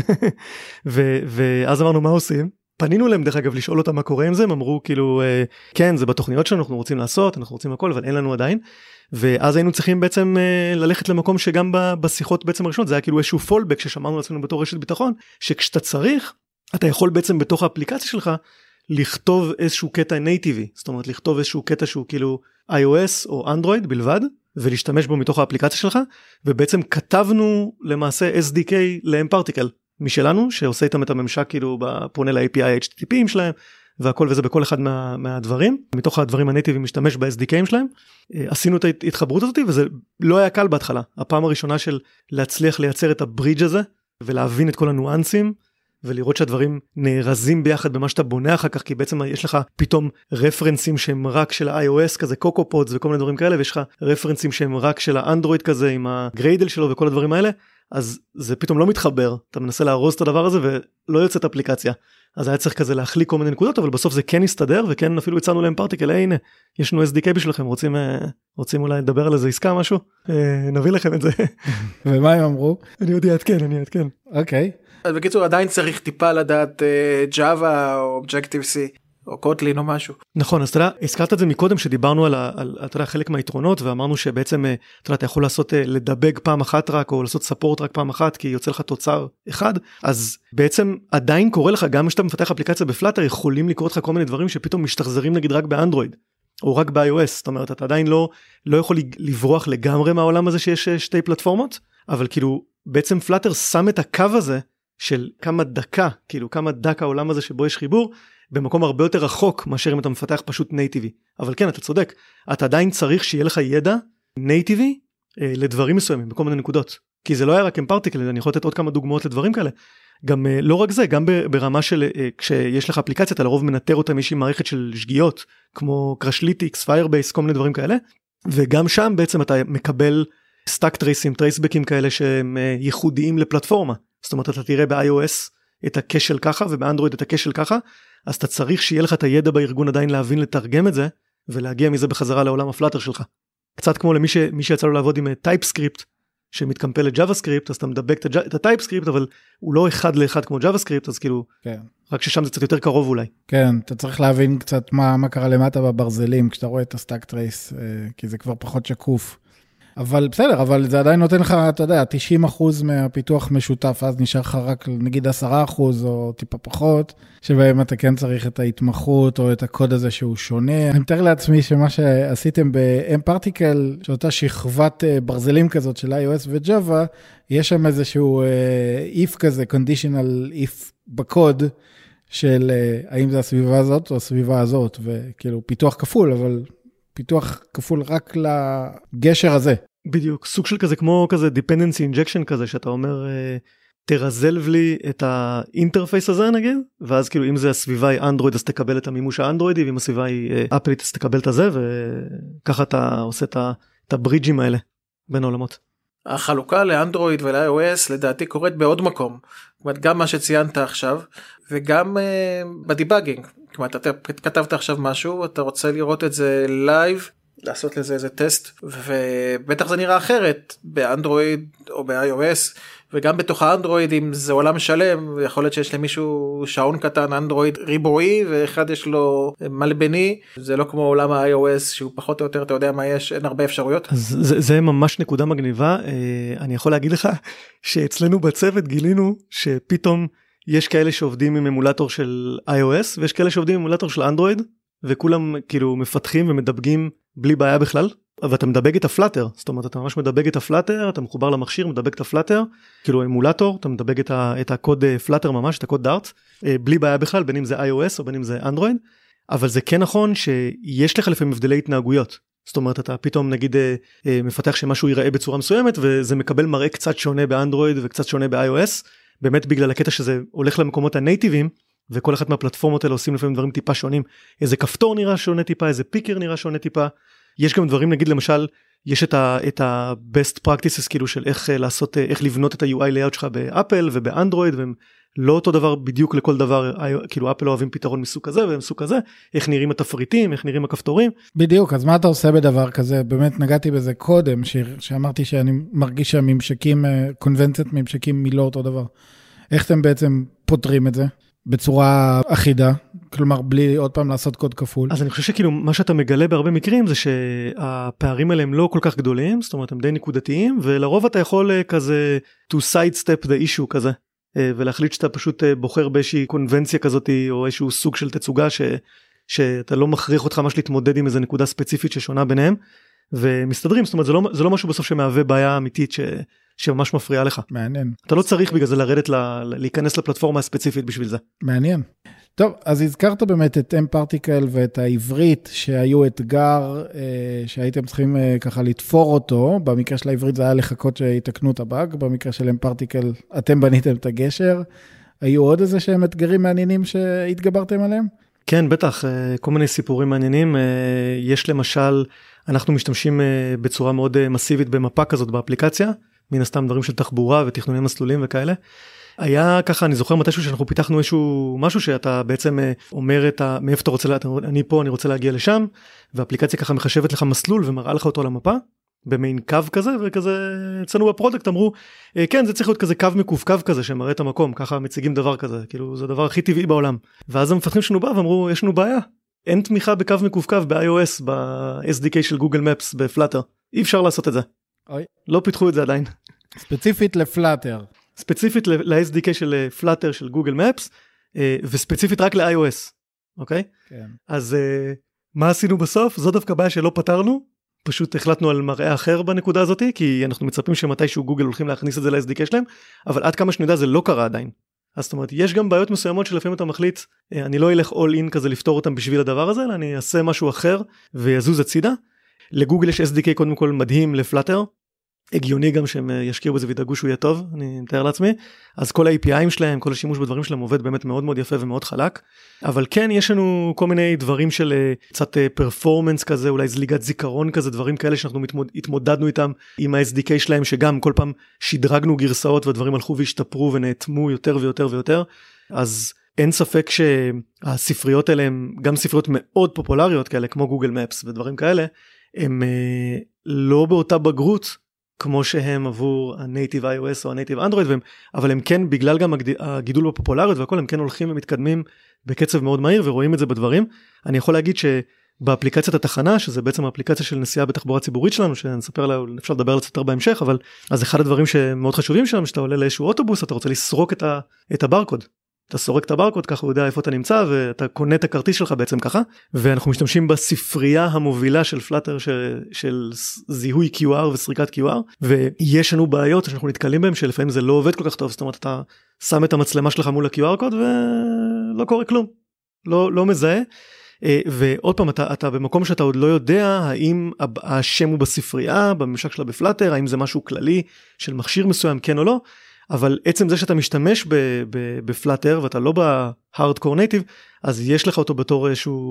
ואז אמרנו מה עושים? פנינו להם דרך אגב לשאול אותם מה קורה עם זה, הם אמרו כאילו כן זה בתוכניות שלנו, אנחנו רוצים לעשות, אנחנו רוצים הכל, אבל אין לנו עדיין, ואז היינו צריכים בעצם ללכת למקום שגם בשיחות בעצם הראשונות, זה היה כאילו איזשהו פולבק ששמענו לעצמנו בתור רשת ביטחון, שכשאתה צריך, אתה יכול בעצם בתוך האפליקציה שלך, לכתוב איזשהו קטע נייטיבי, זאת אומרת לכתוב איזשהו קטע שהוא כאילו iOS או אנדרואיד בלבד, ולהשתמש בו מתוך האפליקציה שלך, ובעצם כתבנו למעשה SDK ל-M-Particle משלנו, שעושה איתם את הממשק כאילו פונה ל-API HTTPים שלהם, והכל וזה בכל אחד מהדברים, מתוך הדברים הנייטיביים משתמש ב-SDKים שלהם, עשינו את ההתחברות הזאת, וזה לא היה קל בהתחלה, הפעם הראשונה של להצליח לייצר את הברידג' הזה, ולהבין את כל הניואנסים, ולראות שהדברים נארזים ביחד במה שאתה בונה אחר כך, כי בעצם יש לך פתאום רפרנסים שהם רק של ה-iOS כזה, קוקופודס וכל מיני דברים כאלה, ויש לך רפרנסים שהם רק של האנדרואיד כזה, עם הגריידל שלו וכל הדברים האלה, אז זה פתאום לא מתחבר, אתה מנסה להרוז את הדבר הזה ולא יוצאת אפליקציה. אז היה צריך כזה להחליק כל מיני נקודות, אבל בסוף זה כן הסתדר, וכן אפילו הצענו להם פרטיקל, הנה, יש לנו SDK בשבילכם, רוצים אולי לדבר על איזה עסקה משהו? נביא לכם את זה. ומה הם אמרו? אני עוד יעדכן. אוקיי. אז בקיצור, עדיין צריך טיפה לדעת Java או Objective-C. או קוטלין או משהו. נכון, אז אתה יודע, הזכרת את זה מקודם שדיברנו על אתה יודע, חלק מהיתרונות, ואמרנו שבעצם אתה יכול לעשות לדבג פעם אחת רק, או לעשות ספורט רק פעם אחת, כי יוצא לך תוצר אחד, אז בעצם עדיין קורה לך, גם כשאתה מפתח אפליקציה בפלאטר, יכולים לקרות לך כל מיני דברים שפתאום משתחזרים נגיד רק באנדרואיד, או רק ב-iOS, זאת אומרת, אתה עדיין לא יכול לברוח לגמרי מהעולם הזה שיש שתי פלטפורמות, אבל כאילו, בעצם פלאטר שם את הקו הזה, של כמה דקה העולם הזה שבו יש חיבור, במקום הרבה יותר רחוק מאשר אם אתה מפתח פשוט נייטיבי. אבל כן, אתה צודק, אתה עדיין צריך שיהיה לך ידע נייטיבי לדברים מסוימים, בכל מיני נקודות. כי זה לא היה רק עם פרטיקל, אני יכול לתת עוד כמה דוגמאות לדברים כאלה. גם לא רק זה, גם ברמה של, כשיש לך אפליקציה, אתה לרוב מנטר אותה מאיזושהי מערכת של שגיאות, כמו קרשליטיקס, פיירבייס, כל מיני דברים כאלה. וגם שם בעצם אתה מקבל סטאק טרייסים, טרייסבקים כאלה שהם ייחודיים לפלטפורמה. זאת אומרת, אתה תראה ב-iOS את הכשל ככה, ובאנדרואיד את הכשל ככה, אז אתה צריך שיהיה לך את הידע בארגון עדיין להבין לתרגם את זה, ולהגיע מזה בחזרה לעולם הפלאטר שלך. קצת כמו למי שיצא לו לעבוד עם טייפסקריפט, שמתקמפל לג'אווה-סקריפט, אז אתה מדבק את הטייפסקריפט, אבל הוא לא אחד לאחד כמו ג'אווה-סקריפט, אז כאילו, כן. רק ששם זה קצת יותר קרוב אולי. כן, אתה צריך להבין קצת מה קרה למטה בברזלים, כשאתה רואה את הסטאק טרייס, כי זה כבר פחות שקוף. אבל בסדר, אבל זה עדיין נותן לך, אתה יודע, 90% מהפיתוח משותף, אז נשאר לך רק נגיד 10% או טיפה פחות, שבהם אתה כן צריך את ההתמחות או את הקוד הזה שהוא שונה. אני מתאר לעצמי שמה שעשיתם ב-mParticle, שאותה שכבת ברזלים כזאת של iOS ו-Java, יש שם איזשהו if כזה, conditional if בקוד, של האם זה הסביבה הזאת או הסביבה הזאת, וכאילו פיתוח כפול, אבל פיתוח כפול רק לגשר הזה. בדיוק, סוג של כזה, כמו כזה dependency injection כזה, שאתה אומר, תרזלב לי את האינטרפייס הזה נגיד, ואז כאילו אם זה הסביבה היא אנדרואיד, אז תקבל את המימוש האנדרואידי, ואם הסביבה היא אפלית, אז תקבל את הזה, וככה אתה עושה את הברידג'ים האלה בין העולמות. החלוקה לאנדרואיד ול-iOS לדעתי קורית בעוד מקום, זאת אומרת גם מה שציינת עכשיו, וגם בדיבאגינג, זאת אומרת אתה כתבת עכשיו משהו, אתה רוצה לראות את זה לייב, לעשות לזה איזה טסט, ובטח זה נראה אחרת באנדרואיד או ב-iOS, וגם בתוך האנדרואיד, אם זה עולם שלם, יכול להיות שיש למישהו שעון קטן אנדרואיד ריבועי, ואחד יש לו מלבני, זה לא כמו עולם ה-iOS, שהוא פחות או יותר, אתה יודע מה יש, אין הרבה אפשרויות. אז זה ממש נקודה מגניבה, אני יכול להגיד לך, שאצלנו בצוות גילינו, שפתאום יש כאלה שעובדים עם אמולטור של iOS, ויש כאלה שעובדים עם אמולטור של אנדרואיד, וכולם כאילו מפתחים ומדבגים בלי בעיה בכלל, ואתה מדבג את הפלאטר, זאת אומרת, אתה ממש מדבג את הפלאטר, אתה מחובר למכשיר, מדבג את הפלאטר, כאילו אמולטור, אתה מדבג את הקוד פלאטר ממש, את הקוד דארט, בלי בעיה בכלל, בין אם זה iOS או בין אם זה אנדרואיד, אבל זה כן נכון שיש לך לפעמים הבדלי התנהגויות, זאת אומרת, אתה פתאום נגיד מפתח שמשהו ייראה בצורה מסוימת, וזה מקבל מראה קצת שונה באנדרואיד וקצת שונה ב-iOS, באמת בגלל הקטע שזה הולך למקומות הנייטיביים, וכל אחת מהפלטפורמות האלה עושים לפעמים דברים טיפה שונים, איזה כפתור נראה שונה טיפה, איזה פיקר נראה שונה טיפה, יש גם דברים נגיד למשל, יש את ה-best practices כאילו של איך לבנות את ה-UI layout שלך באפל ובאנדרואיד, והם לא אותו דבר בדיוק לכל דבר, כאילו אפל אוהבים פתרון מסוג כזה ומסוג כזה, איך נראים התפריטים, איך נראים הכפתורים. בדיוק, אז מה אתה עושה בדבר כזה? באמת נגעתי בזה קודם, שאמרתי שאני מרגיש שהממשקים, קונבנציית ממשקים מלא אותו דבר. איך אתם בעצם פותרים את זה? בצורה אחידה, כלומר בלי עוד פעם לעשות קוד כפול. אז אני חושב שכאילו מה שאתה מגלה בהרבה מקרים זה שהפערים האלה הם לא כל כך גדולים, זאת אומרת הם די נקודתיים, ולרוב אתה יכול כזה to sidestep the issue כזה, ולהחליט שאתה פשוט בוחר באיזושהי קונבנציה כזאת, או איזשהו סוג של תצוגה שאתה לא מכריח אותך ממש להתמודד עם איזו נקודה ספציפית ששונה ביניהם, ומסתדרים, זאת אומרת זה לא משהו בסוף שמהווה בעיה אמיתית שממש מפריעה לך. מעניין. אתה לא צריך בגלל זה לרדת להיכנס לפלטפורמה הספציפית בשביל זה. מעניין. טוב, אז הזכרת באמת את mParticle ואת העברית שהיו אתגר שהייתם צריכים ככה לתפור אותו, במקרה של העברית זה היה לחכות שיתקנו את הבאג, במקרה של mParticle אתם בניתם את הגשר, היו עוד איזה שהם אתגרים מעניינים שהתגברתם עליהם? כן, בטח, כל מיני סיפורים מעניינים, יש למשל, אנחנו משתמשים בצורה מאוד מסיבית במפה כזאת באפליקציה, מן הסתם דברים של תחבורה ותכנוני מסלולים וכאלה. היה ככה, אני זוכר מתישהו שאנחנו פיתחנו משהו שאתה בעצם אומר מאיפה אתה רוצה, אני פה, אני רוצה להגיע לשם, והאפליקציה ככה מחשבת לך מסלול ומראה לך אותו על המפה, במין קו כזה, וכזה, אצלנו בפרודקט אמרו, כן, זה צריך להיות כזה קו מקווקו כזה, שמראה את המקום, ככה מציגים דבר כזה, כאילו זה הדבר הכי טבעי בעולם. ואז המפתחים שלנו באו ואמרו, יש לנו בעיה, אין תמיכה בקו מקווקו ב-iOS, ב-SDK של גוגל מפס, בפלאטר, אי אפשר לעשות את זה. אוי. לא פיתחו את זה עדיין. ספציפית לפלאטר. ספציפית ל-SDK של פלאטר של גוגל מפס, וספציפית רק ל-iOS, אוקיי? כן. אז מה עשינו בסוף? זו דווקא בעיה שלא פתרנו, פשוט החלטנו על מראה אחר בנקודה הזאת, כי אנחנו מצפים שמתישהו גוגל הולכים להכניס את זה ל-SDK שלהם, אבל עד כמה שאני יודע זה לא קרה עדיין. אז זאת אומרת, יש גם בעיות מסוימות שלפעמים אתה מחליט, אני לא אלך all in כזה לפתור אותם בשביל הדבר הזה, אלא אני אעשה משהו אחר ויזוז הצידה. לגוגל יש SDK קודם כל מדהים לפלאטר, הגיוני גם שהם ישקיעו בזה וידאגו שהוא יהיה טוב, אני מתאר לעצמי, אז כל ה-API'ים שלהם, כל השימוש בדברים שלהם עובד באמת מאוד מאוד יפה ומאוד חלק, אבל כן יש לנו כל מיני דברים של קצת פרפורמנס כזה, אולי זליגת זיכרון כזה, דברים כאלה שאנחנו התמודדנו איתם עם ה-SDK שלהם, שגם כל פעם שדרגנו גרסאות והדברים הלכו והשתפרו ונאטמו יותר ויותר ויותר, אז אין ספק שהספריות האלה הם גם ספריות מאוד פופולריות כאלה, כמו גוגל מפס ודברים כאלה, הם לא באותה בגרות, כמו שהם עבור ה-Native iOS או ה-Native Android, אבל הם כן, בגלל גם הגידול בפופולריות והכל, הם כן הולכים ומתקדמים בקצב מאוד מהיר, ורואים את זה בדברים. אני יכול להגיד שבאפליקציית התחנה, שזה בעצם האפליקציה של נסיעה בתחבורה ציבורית שלנו, שנספר לה, אפשר לדבר על זה יותר בהמשך, אבל אז אחד הדברים שמאוד חשובים שם, שאתה עולה לאיזשהו אוטובוס, אתה רוצה לסרוק את הברקוד. אתה סורק את הברקוד, ככה הוא יודע איפה אתה נמצא, ואתה קונה את הכרטיס שלך בעצם ככה, ואנחנו משתמשים בספרייה המובילה של פלאטר של זיהוי QR וסריקת QR, ויש לנו בעיות שאנחנו נתקלים בהם, שלפעמים זה לא עובד כל כך טוב, זאת אומרת, אתה שם את המצלמה שלך מול ה-QR קוד, ולא קורה כלום, לא מזהה, ועוד פעם, אתה במקום שאתה עוד לא יודע, האם השם הוא בספרייה, בממשק שלה בפלאטר, האם זה משהו כללי של מכשיר מסוים, כן או לא, אבל עצם זה שאתה משתמש בפלאטר ואתה לא בהארדקור נייטיב, אז יש לך אותו בתור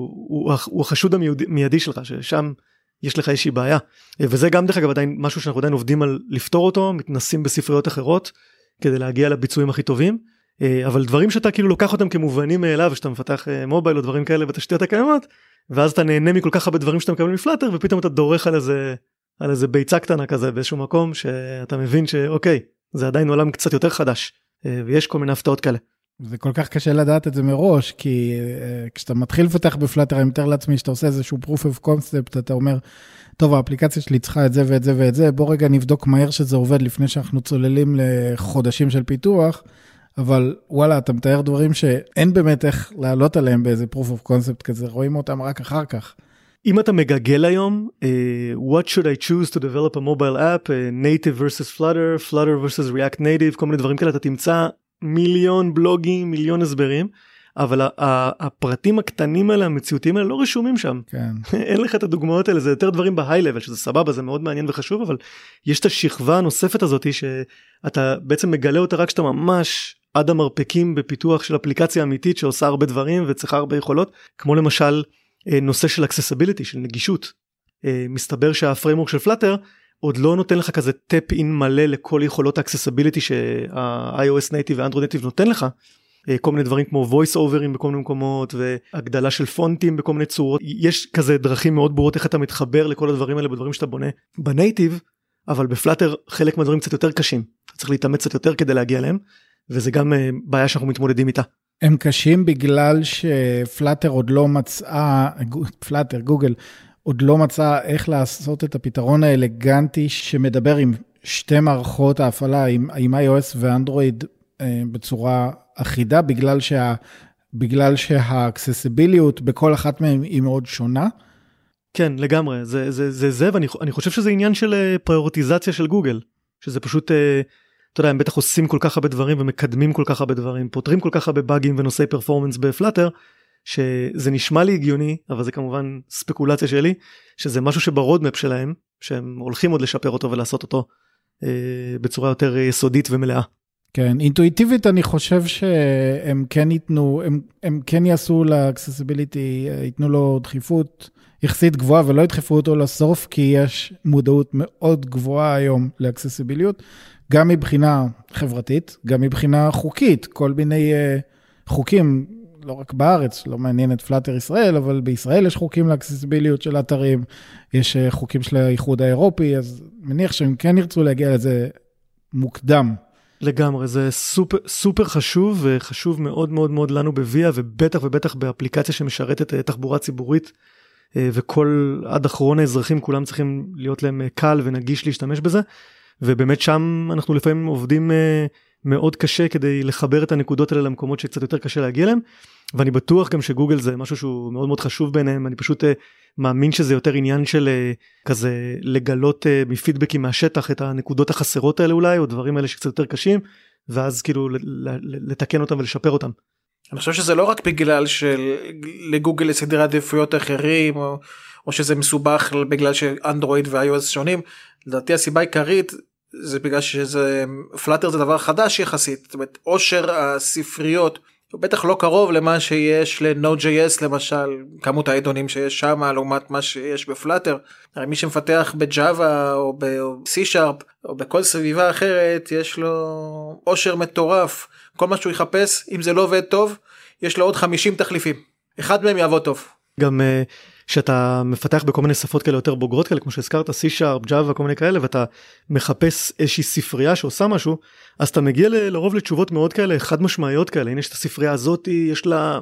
הוא החשוד המיידי שלך, ששם יש לך איזושהי בעיה. וזה גם דרך אגב עדיין משהו שאנחנו עדיין עובדים על לפתור אותו, מתנסים בספריות אחרות כדי להגיע לביצועים הכי טובים, אבל דברים שאתה כאילו לוקח אותם כמובנים מאליו, ושאתה מפתח מובייל או דברים כאלה בתשתיות הקיימות, ואז אתה נהנה מכל כך הרבה דברים שאתה מקבל מפלאטר, ופתאום אתה דורך על איזה ביצה קטנה כזה באיזשהו מקום, שאתה מבין שאוקיי, זה עדיין עולם קצת יותר חדש, ויש כל מיני הפתעות כאלה. זה כל כך קשה לדעת את זה מראש, כי כשאתה מתחיל לפתח בפלאטר, אני מתאר לעצמי שאתה עושה איזשהו proof of concept, אתה אומר, טוב, האפליקציה שלי צריכה את זה ואת זה ואת זה, בוא רגע נבדוק מהר שזה עובד לפני שאנחנו צוללים לחודשים של פיתוח, אבל וואלה, אתה מתאר דברים שאין באמת איך לעלות עליהם באיזה proof of concept כזה, רואים אותם רק אחר כך. אם אתה מגגל היום, what should I choose to develop a mobile app, native versus Flutter, Flutter versus React Native, כל מיני דברים כאלה, אתה תמצא מיליון בלוגים, מיליון הסברים, אבל הפרטים הקטנים האלה, המציאותיים האלה, לא רשומים שם. כן. אין לך את הדוגמאות האלה, זה יותר דברים בהיי-לבל, שזה סבבה, זה מאוד מעניין וחשוב, אבל יש את השכבה הנוספת הזאת, שאתה בעצם מגלה אותה רק שאתה ממש עד המרפקים בפיתוח של אפליקציה אמיתית, שעושה הרבה דברים וצריכה הרבה יכולות, כמו למשל, נושא של accessibility, של נגישות. מסתבר שהפריימורק של פלאטר עוד לא נותן לך כזה טאפ-אין מלא לכל יכולות accessibility שה-iOS native ו-Android native נותן לך. כל מיני דברים כמו voice overים בכל מיני מקומות, והגדלה של פונטים בכל מיני צורות. יש כזה דרכים מאוד ברורות איך אתה מתחבר לכל הדברים האלה בדברים שאתה בונה בנייטיב, אבל בפלאטר חלק מהדברים קצת יותר קשים. אתה צריך להתאמץ קצת יותר כדי להגיע אליהם, וזה גם בעיה שאנחנו מתמודדים איתה. הם קשים בגלל שפלאטר עוד לא מצאה, פלאטר, גוגל, עוד לא מצאה איך לעשות את הפתרון האלגנטי שמדבר עם שתי מערכות ההפעלה, עם iOS ואנדרואיד בצורה אחידה, בגלל שהאקססיביליות בכל אחת מהן היא מאוד שונה. כן, לגמרי, זה, ואני חושב שזה עניין של פריורטיזציה של גוגל, שזה פשוט, אתה יודע, הם בטח עושים כל כך הרבה דברים ומקדמים כל כך הרבה דברים, פותרים כל כך הרבה באגים ונושאי פרפורמנס בפלאטר, שזה נשמע לי הגיוני, אבל זה כמובן ספקולציה שלי, שזה משהו שברודמפ שלהם, שהם הולכים עוד לשפר אותו ולעשות אותו בצורה יותר יסודית ומלאה. כן, אינטואיטיבית אני חושב שהם כן ייתנו, הם כן יעשו לאקססיביליטי, ייתנו לו דחיפות יחסית גבוהה, ולא ידחפו אותו לסוף, כי יש מודעות מאוד גבוהה היום לאקססיביליות, גם מבחינה חברתית, גם מבחינה חוקית, כל מיני חוקים, לא רק בארץ, לא מעניין את פלאטר ישראל, אבל בישראל יש חוקים לאקססיביליות של אתרים, יש חוקים של האיחוד האירופי, אז מניח שהם כן ירצו להגיע לזה מוקדם. לגמרי, זה סופר חשוב, וחשוב מאוד מאוד מאוד לנו בוויה, ובטח באפליקציה שמשרתת תחבורה ציבורית, וכל עד אחרון האזרחים, כולם צריכים להיות להם קל ונגיש להשתמש בזה, ובאמת שם אנחנו לפעמים עובדים מאוד קשה כדי לחבר את הנקודות האלה למקומות שקצת יותר קשה להגיע להם, ואני בטוח גם שגוגל זה משהו שהוא מאוד מאוד חשוב ביניהם, אני פשוט מאמין שזה יותר עניין של כזה לגלות מפידבקים מהשטח את הנקודות החסרות האלה אולי, או דברים האלה שקצת יותר קשים, ואז כאילו לתקן אותם ולשפר אותם. אני חושב שזה לא רק בגלל שלגוגל יש סדרי עדיפויות אחרים, או שזה מסובך בגלל שאנדרואיד ו-iOS שונים, לדעתי הסיבה העיקרית זה בגלל שזה, פלאטר זה דבר חדש יחסית, זאת אומרת, עושר הספריות, הוא בטח לא קרוב למה שיש ל-Node.js למשל, כמות העדונים שיש שם, לעומת מה שיש בפלאטר, הרי מי שמפתח בג'אווה או ב-C# או בכל סביבה אחרת, יש לו עושר מטורף, כל מה שהוא יחפש, אם זה לא עובד טוב, יש לו עוד 50 תחליפים, אחד מהם יעבוד טוב. גם שאתה מפתח בכל מיני שפות כאלה יותר בוגרות כאלה, כמו שהזכרת, C#, Java, כל מיני כאלה, ואתה מחפש איזושהי ספרייה שעושה משהו, אז אתה מגיע לרוב לתשובות מאוד כאלה, חד משמעיות כאלה, הנה יש את הספרייה הזאת, יש לה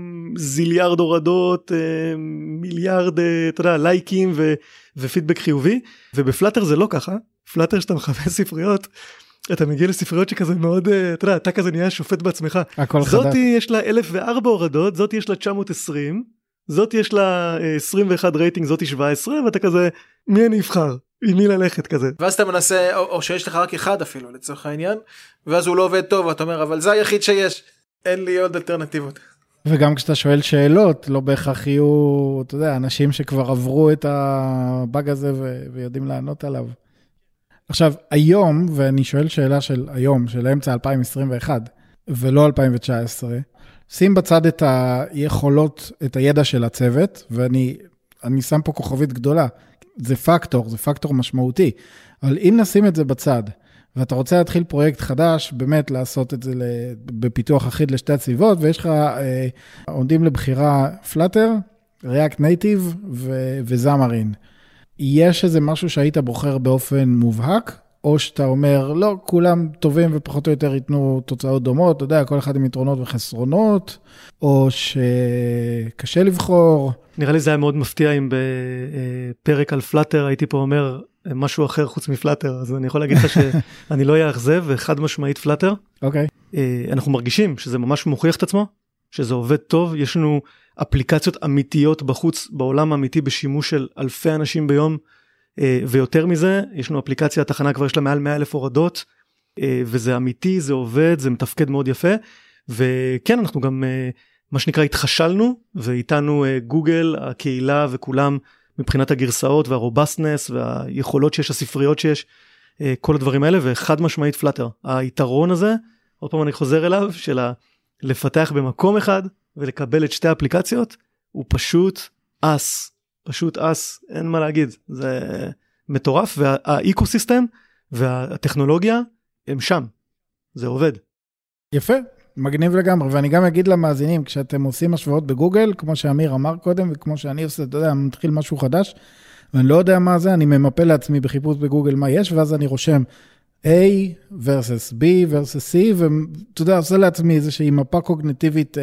זיליארד הורדות, מיליארד, אתה יודע, לייקים ופידבק חיובי, ובפלאטר זה לא ככה, פלאטר שאתה מחפש ספריות, אתה מגיע לספריות שכזה מאוד, אתה יודע, אתה כזה נהיה שופט בעצמך, זאתי יש לה 1004 הורדות, זאתי יש לה 920, זאת יש לה 21 רייטינג, זאת 17, ואתה כזה, מי אני אבחר? עם מי ללכת כזה? ואז אתה מנסה, או שיש לך רק אחד אפילו, לצורך העניין, ואז הוא לא עובד טוב, ואתה אומר, אבל זה היחיד שיש, אין לי עוד אלטרנטיבות. וגם כשאתה שואל שאלות, לא בהכרח יהיו, אתה יודע, אנשים שכבר עברו את הבאג הזה, ויודעים לענות עליו. עכשיו, היום, ואני שואל שאלה של היום, של אמצע 2021, ולא 2019, שים בצד את היכולות, את הידע של הצוות, ואני שם פה כוכבית גדולה. זה פקטור משמעותי. אבל אם נשים את זה בצד, ואתה רוצה להתחיל פרויקט חדש, באמת לעשות את זה בפיתוח אחיד לשתי הסביבות, ויש לך, עומדים לבחירה פלאטר, ריאקט נייטיב וזמרין. יש איזה משהו שהיית בוחר באופן מובהק, או שאתה אומר, לא, כולם טובים ופחות או יותר ייתנו תוצאות דומות, אתה יודע, כל אחד עם יתרונות וחסרונות, או שקשה לבחור. נראה לי זה היה מאוד מפתיע אם בפרק על פלאטר הייתי פה אומר משהו אחר חוץ מפלאטר, אז אני יכול להגיד לך שאני לא אאכזב, וחד משמעית פלאטר. אוקיי. אנחנו מרגישים שזה ממש מוכיח את עצמו, שזה עובד טוב, יש לנו אפליקציות אמיתיות בחוץ, בעולם האמיתי בשימוש של אלפי אנשים ביום, ויותר מזה, יש לנו אפליקציה, התחנה כבר יש לה מעל 100,000 הורדות, וזה אמיתי, זה עובד, זה מתפקד מאוד יפה, וכן, אנחנו גם, מה שנקרא, התחשלנו, ואיתנו גוגל, הקהילה וכולם, מבחינת הגרסאות והרובסטנס, והיכולות שיש, הספריות שיש, כל הדברים האלה, וחד משמעית פלאטר. היתרון הזה, עוד פעם אני חוזר אליו, של לפתח במקום אחד, ולקבל את שתי האפליקציות, הוא פשוט פשוט אין מה להגיד, זה מטורף, והאקוסיסטם והטכנולוגיה הם שם, זה עובד. יפה, מגניב לגמרי, ואני גם אגיד למאזינים, כשאתם עושים השוואות בגוגל, כמו שאמיר אמר קודם, וכמו שאני עושה, אתה יודע, מתחיל משהו חדש, ואני לא יודע מה זה, אני ממפה לעצמי בחיפוש בגוגל מה יש, ואז אני רושם A versus B versus C, ואתה יודע, עושה לעצמי איזושהי מפה קוגניטיבית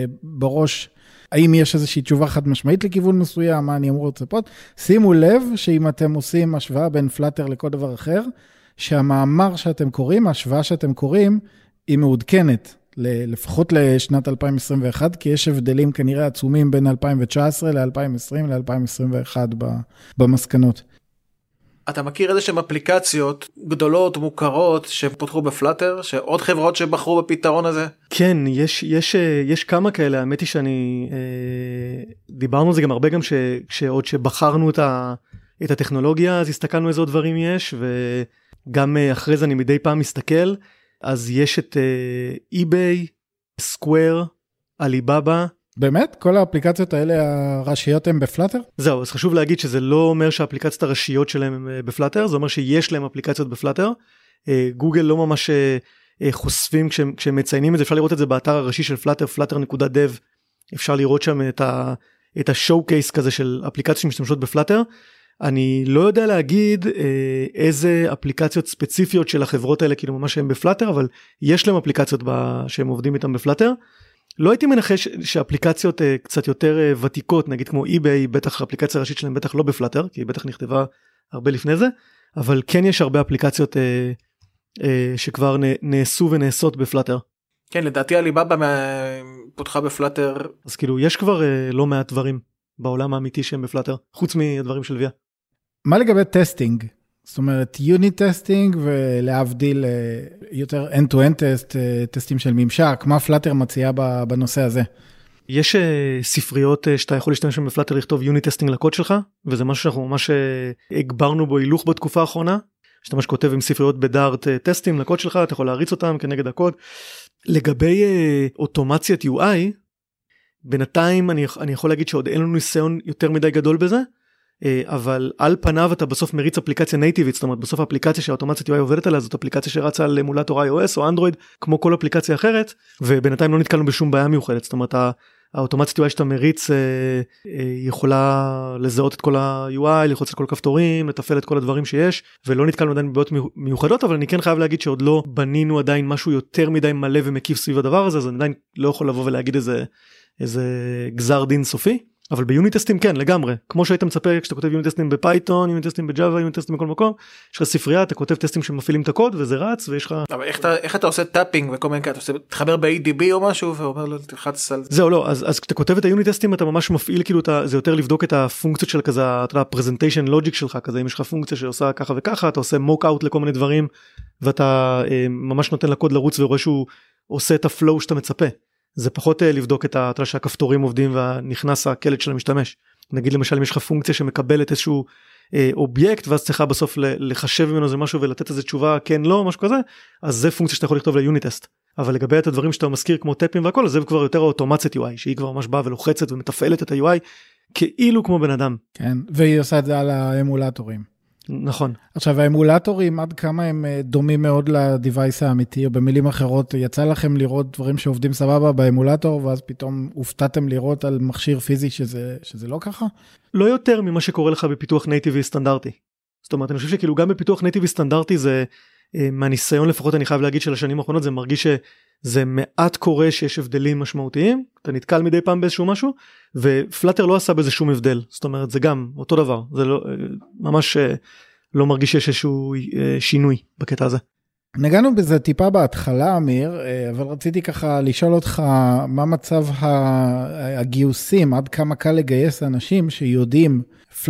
בראש, האם יש איזושהי תשובה חד משמעית לכיוון מסוים, מה אני אמור לצפות? שימו לב שאם אתם עושים השוואה בין פלאטר לכל דבר אחר, שהמאמר שאתם קוראים, ההשוואה שאתם קוראים, היא מעודכנת, לפחות לשנת 2021, כי יש הבדלים כנראה עצומים בין 2019 ל-2020 ל-2021 במסקנות. אתה מכיר איזה שהן אפליקציות גדולות, מוכרות, שפותחו בפלאטר, שעוד חברות שבחרו בפתרון הזה? כן, יש כמה כאלה, האמת היא שאני, דיברנו על זה גם הרבה, גם שעוד שבחרנו את הטכנולוגיה, אז הסתכלנו איזה עוד דברים יש, וגם אחרי זה אני מדי פעם מסתכל, אז יש את eBay, סקוואר, עליבאבא. באמת? כל האפליקציות האלה הראשיות הן בפלאטר? זהו, אז חשוב להגיד שזה לא אומר שהאפליקציות הראשיות שלהם הן בפלאטר, זה אומר שיש להם אפליקציות בפלאטר. גוגל לא ממש חושפים כשהם מציינים את זה, אפשר לראות את זה באתר הראשי של פלאטר, flutter.dev, אפשר לראות שם את השואו-קייס כזה של אפליקציות שמשתמשות בפלאטר. אני לא יודע להגיד איזה אפליקציות ספציפיות של החברות האלה, כאילו ממש שהן בפלאטר, אבל יש להם אפליקציות שהם עובדים איתם בפלאטר. לא הייתי מנחש שאפליקציות קצת יותר ותיקות, נגיד כמו eBay, בטח האפליקציה הראשית שלהם בטח לא בפלאטר, כי היא בטח נכתבה הרבה לפני זה, אבל כן יש הרבה אפליקציות שכבר נעשו ונעשות בפלאטר. כן, לדעתי עליבאבא פותחה בפלאטר. אז כאילו יש כבר לא מעט דברים בעולם האמיתי שהם בפלאטר, חוץ מהדברים של ויה. מה לגבי טסטינג? זאת אומרת, יוניט טסטינג ולהבדיל יותר end-to-end טסט, טסטים של ממשק, מה פלאטר מציעה בנושא הזה? יש ספריות שאתה יכול להשתמש בפלאטר לכתוב יוניט טסטינג לקוד שלך, וזה משהו שאנחנו ממש הגברנו בו הילוך בתקופה האחרונה, שאתה ממש כותב עם ספריות בדארט טסטים לקוד שלך, אתה יכול להריץ אותם כנגד הקוד. לגבי אוטומציית UI, בינתיים אני יכול להגיד שעוד אין לנו ניסיון יותר מדי גדול בזה, אבל על פניו אתה בסוף מריץ אפליקציה נייטיבית, זאת אומרת בסוף האפליקציה שהאוטומציה UI עובדת עליה, זאת אפליקציה שרצה על אמולטור iOS או אנדרואיד, כמו כל אפליקציה אחרת, ובינתיים לא נתקלנו בשום בעיה מיוחדת, זאת אומרת האוטומציה UI שאתה מריץ יכולה לזהות את כל ה-UI, ללחוץ את כל הכפתורים, לתפעל את כל הדברים שיש, ולא נתקלנו עדיין בבעיות מיוחדות, אבל אני כן חייב להגיד שעוד לא בנינו עדיין משהו יותר מדי מלא ומקיף סביב הדבר הזה, אז אני עדיין לא יכול לבוא ולהגיד איזה גזר דין סופי. אבל ביוניט טסטים כן, לגמרי. כמו שהיית מצפה, כשאתה כותב יוניט טסטים בפייתון, יוניט טסטים בג'אווה, יוניט טסטים בכל מקום, יש לך ספרייה, אתה כותב טסטים שמפעילים את הקוד, וזה רץ, ויש לך... אבל איך אתה עושה טאפינג וכל מיני כאלה? אתה תחבר ב-ADB או משהו, ואומר לו, תלחץ על... זהו, לא, אז כשאתה כותב את היוניט טסטים, אתה ממש מפעיל, כאילו, זה יותר לבדוק את הפונקציות של כזה, אתה יודע, הפרזנטיישן לוג'יק שלך, כזה, אם יש לך פונקציה שעושה ככה וככה, אתה עושה מוק-אוט לכל מיני דברים, ואתה ממש נותן לקוד לרוץ ורואה שהוא עושה את הפלואו שאתה מצפה. זה פחות לבדוק את שהכפתורים עובדים ונכנס הקלט של המשתמש. נגיד למשל אם יש לך פונקציה שמקבלת איזשהו אובייקט ואז צריכה בסוף לחשב ממנו זה משהו ולתת איזו תשובה כן לא משהו כזה, אז זה פונקציה שאתה יכול לכתוב ליוניט טסט. אבל לגבי את הדברים שאתה מזכיר כמו טאפים והכל, זה כבר יותר האוטומצית UI שהיא כבר ממש באה ולוחצת ומתפעלת את ה-UI כאילו כמו בן אדם. כן, והיא עושה את זה על האמולטורים. נכון. עכשיו האמולטורים עד כמה הם דומים מאוד לדיווייס האמיתי, או במילים אחרות יצא לכם לראות דברים שעובדים סבבה באמולטור, ואז פתאום הופתעתם לראות על מכשיר פיזי שזה לא ככה? לא יותר ממה שקורה לך בפיתוח נייטיבי סטנדרטי. זאת אומרת, אני חושב שכאילו גם בפיתוח נייטיבי סטנדרטי זה, מהניסיון לפחות אני חייב להגיד של השנים האחרונות, זה מרגיש שזה מעט קורה שיש הבדלים משמעותיים, אתה נתקל מדי פעם באיזשהו משהו, ופלאטר לא עשה בזה שום הבדל, זאת אומרת זה גם אותו דבר, זה לא, ממש לא מרגיש שיש איזשהו שינוי בקטע הזה. נגענו בזה טיפה בהתחלה אמיר, אבל רציתי ככה לשאול אותך מה מצב הגיוסים, עד כמה קל לגייס אנשים שיודעים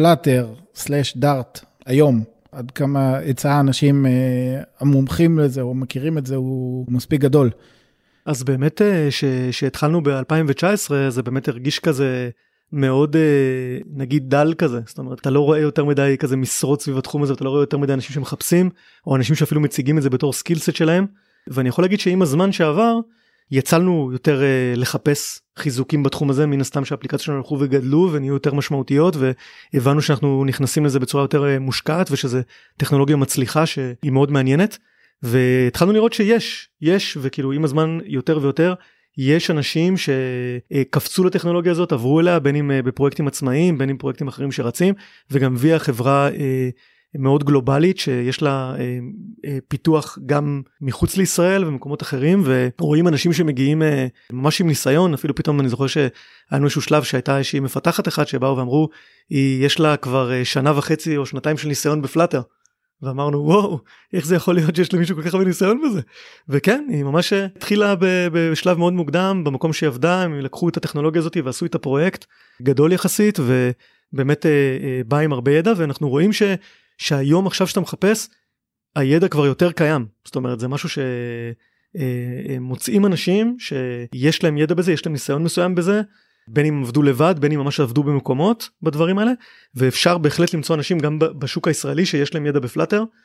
flutter/dart היום, עד כמה היצע האנשים המומחים לזה או מכירים את זה הוא מספיק גדול. אז באמת שהתחלנו ב-2019 זה באמת הרגיש כזה מאוד נגיד דל כזה, זאת אומרת אתה לא רואה יותר מדי כזה משרות סביב התחום הזה, אתה לא רואה יותר מדי אנשים שמחפשים או אנשים שאפילו מציגים את זה בתור סקילסט שלהם, ואני יכול להגיד שעם הזמן שעבר יצלנו יותר לחפש חיזוקים בתחום הזה, מן הסתם שהאפליקציות שלנו הלכו וגדלו ונהיו יותר משמעותיות, והבנו שאנחנו נכנסים לזה בצורה יותר מושקעת ושזה טכנולוגיה מצליחה שהיא מאוד מעניינת, והתחלנו לראות שיש וכאילו עם הזמן יותר ויותר יש אנשים שקפצו לטכנולוגיה הזאת, עברו אליה בין אם בפרויקטים עצמאיים בין אם פרויקטים אחרים שרצים, וגם ויה חברה מאוד גלובלית שיש לה פיתוח גם מחוץ לישראל ומקומות אחרים, ורואים אנשים שמגיעים ממש עם ניסיון, אפילו פתאום אני זוכר שהיינו איזשהו שלב שהייתה איזושהי מפתחת אחת שבאו ואמרו יש לה כבר 1.5 או 2 של ניסיון בפלאטר, ואמרנו וואו איך זה יכול להיות שיש למישהו כל כך הרבה ניסיון בזה, וכן היא ממש התחילה בשלב מאוד מוקדם במקום שהיא עבדה, הם לקחו את הטכנולוגיה הזאת ועשו את הפרויקט גדול יחסית ובאמת בא עם הרבה ידע, ואנחנו רואים שהיום עכשיו שאתה מחפש הידע כבר יותר קיים, זאת אומרת זה משהו שמוצאים אנשים שיש להם ידע בזה, יש להם ניסיון מסוים בזה, בין אם עבדו לבד, בין אם ממש עבדו במקומות בדברים האלה, ואפשר בהחלט למצוא אנשים גם בשוק הישראלי שיש להם ידע בפלאטר,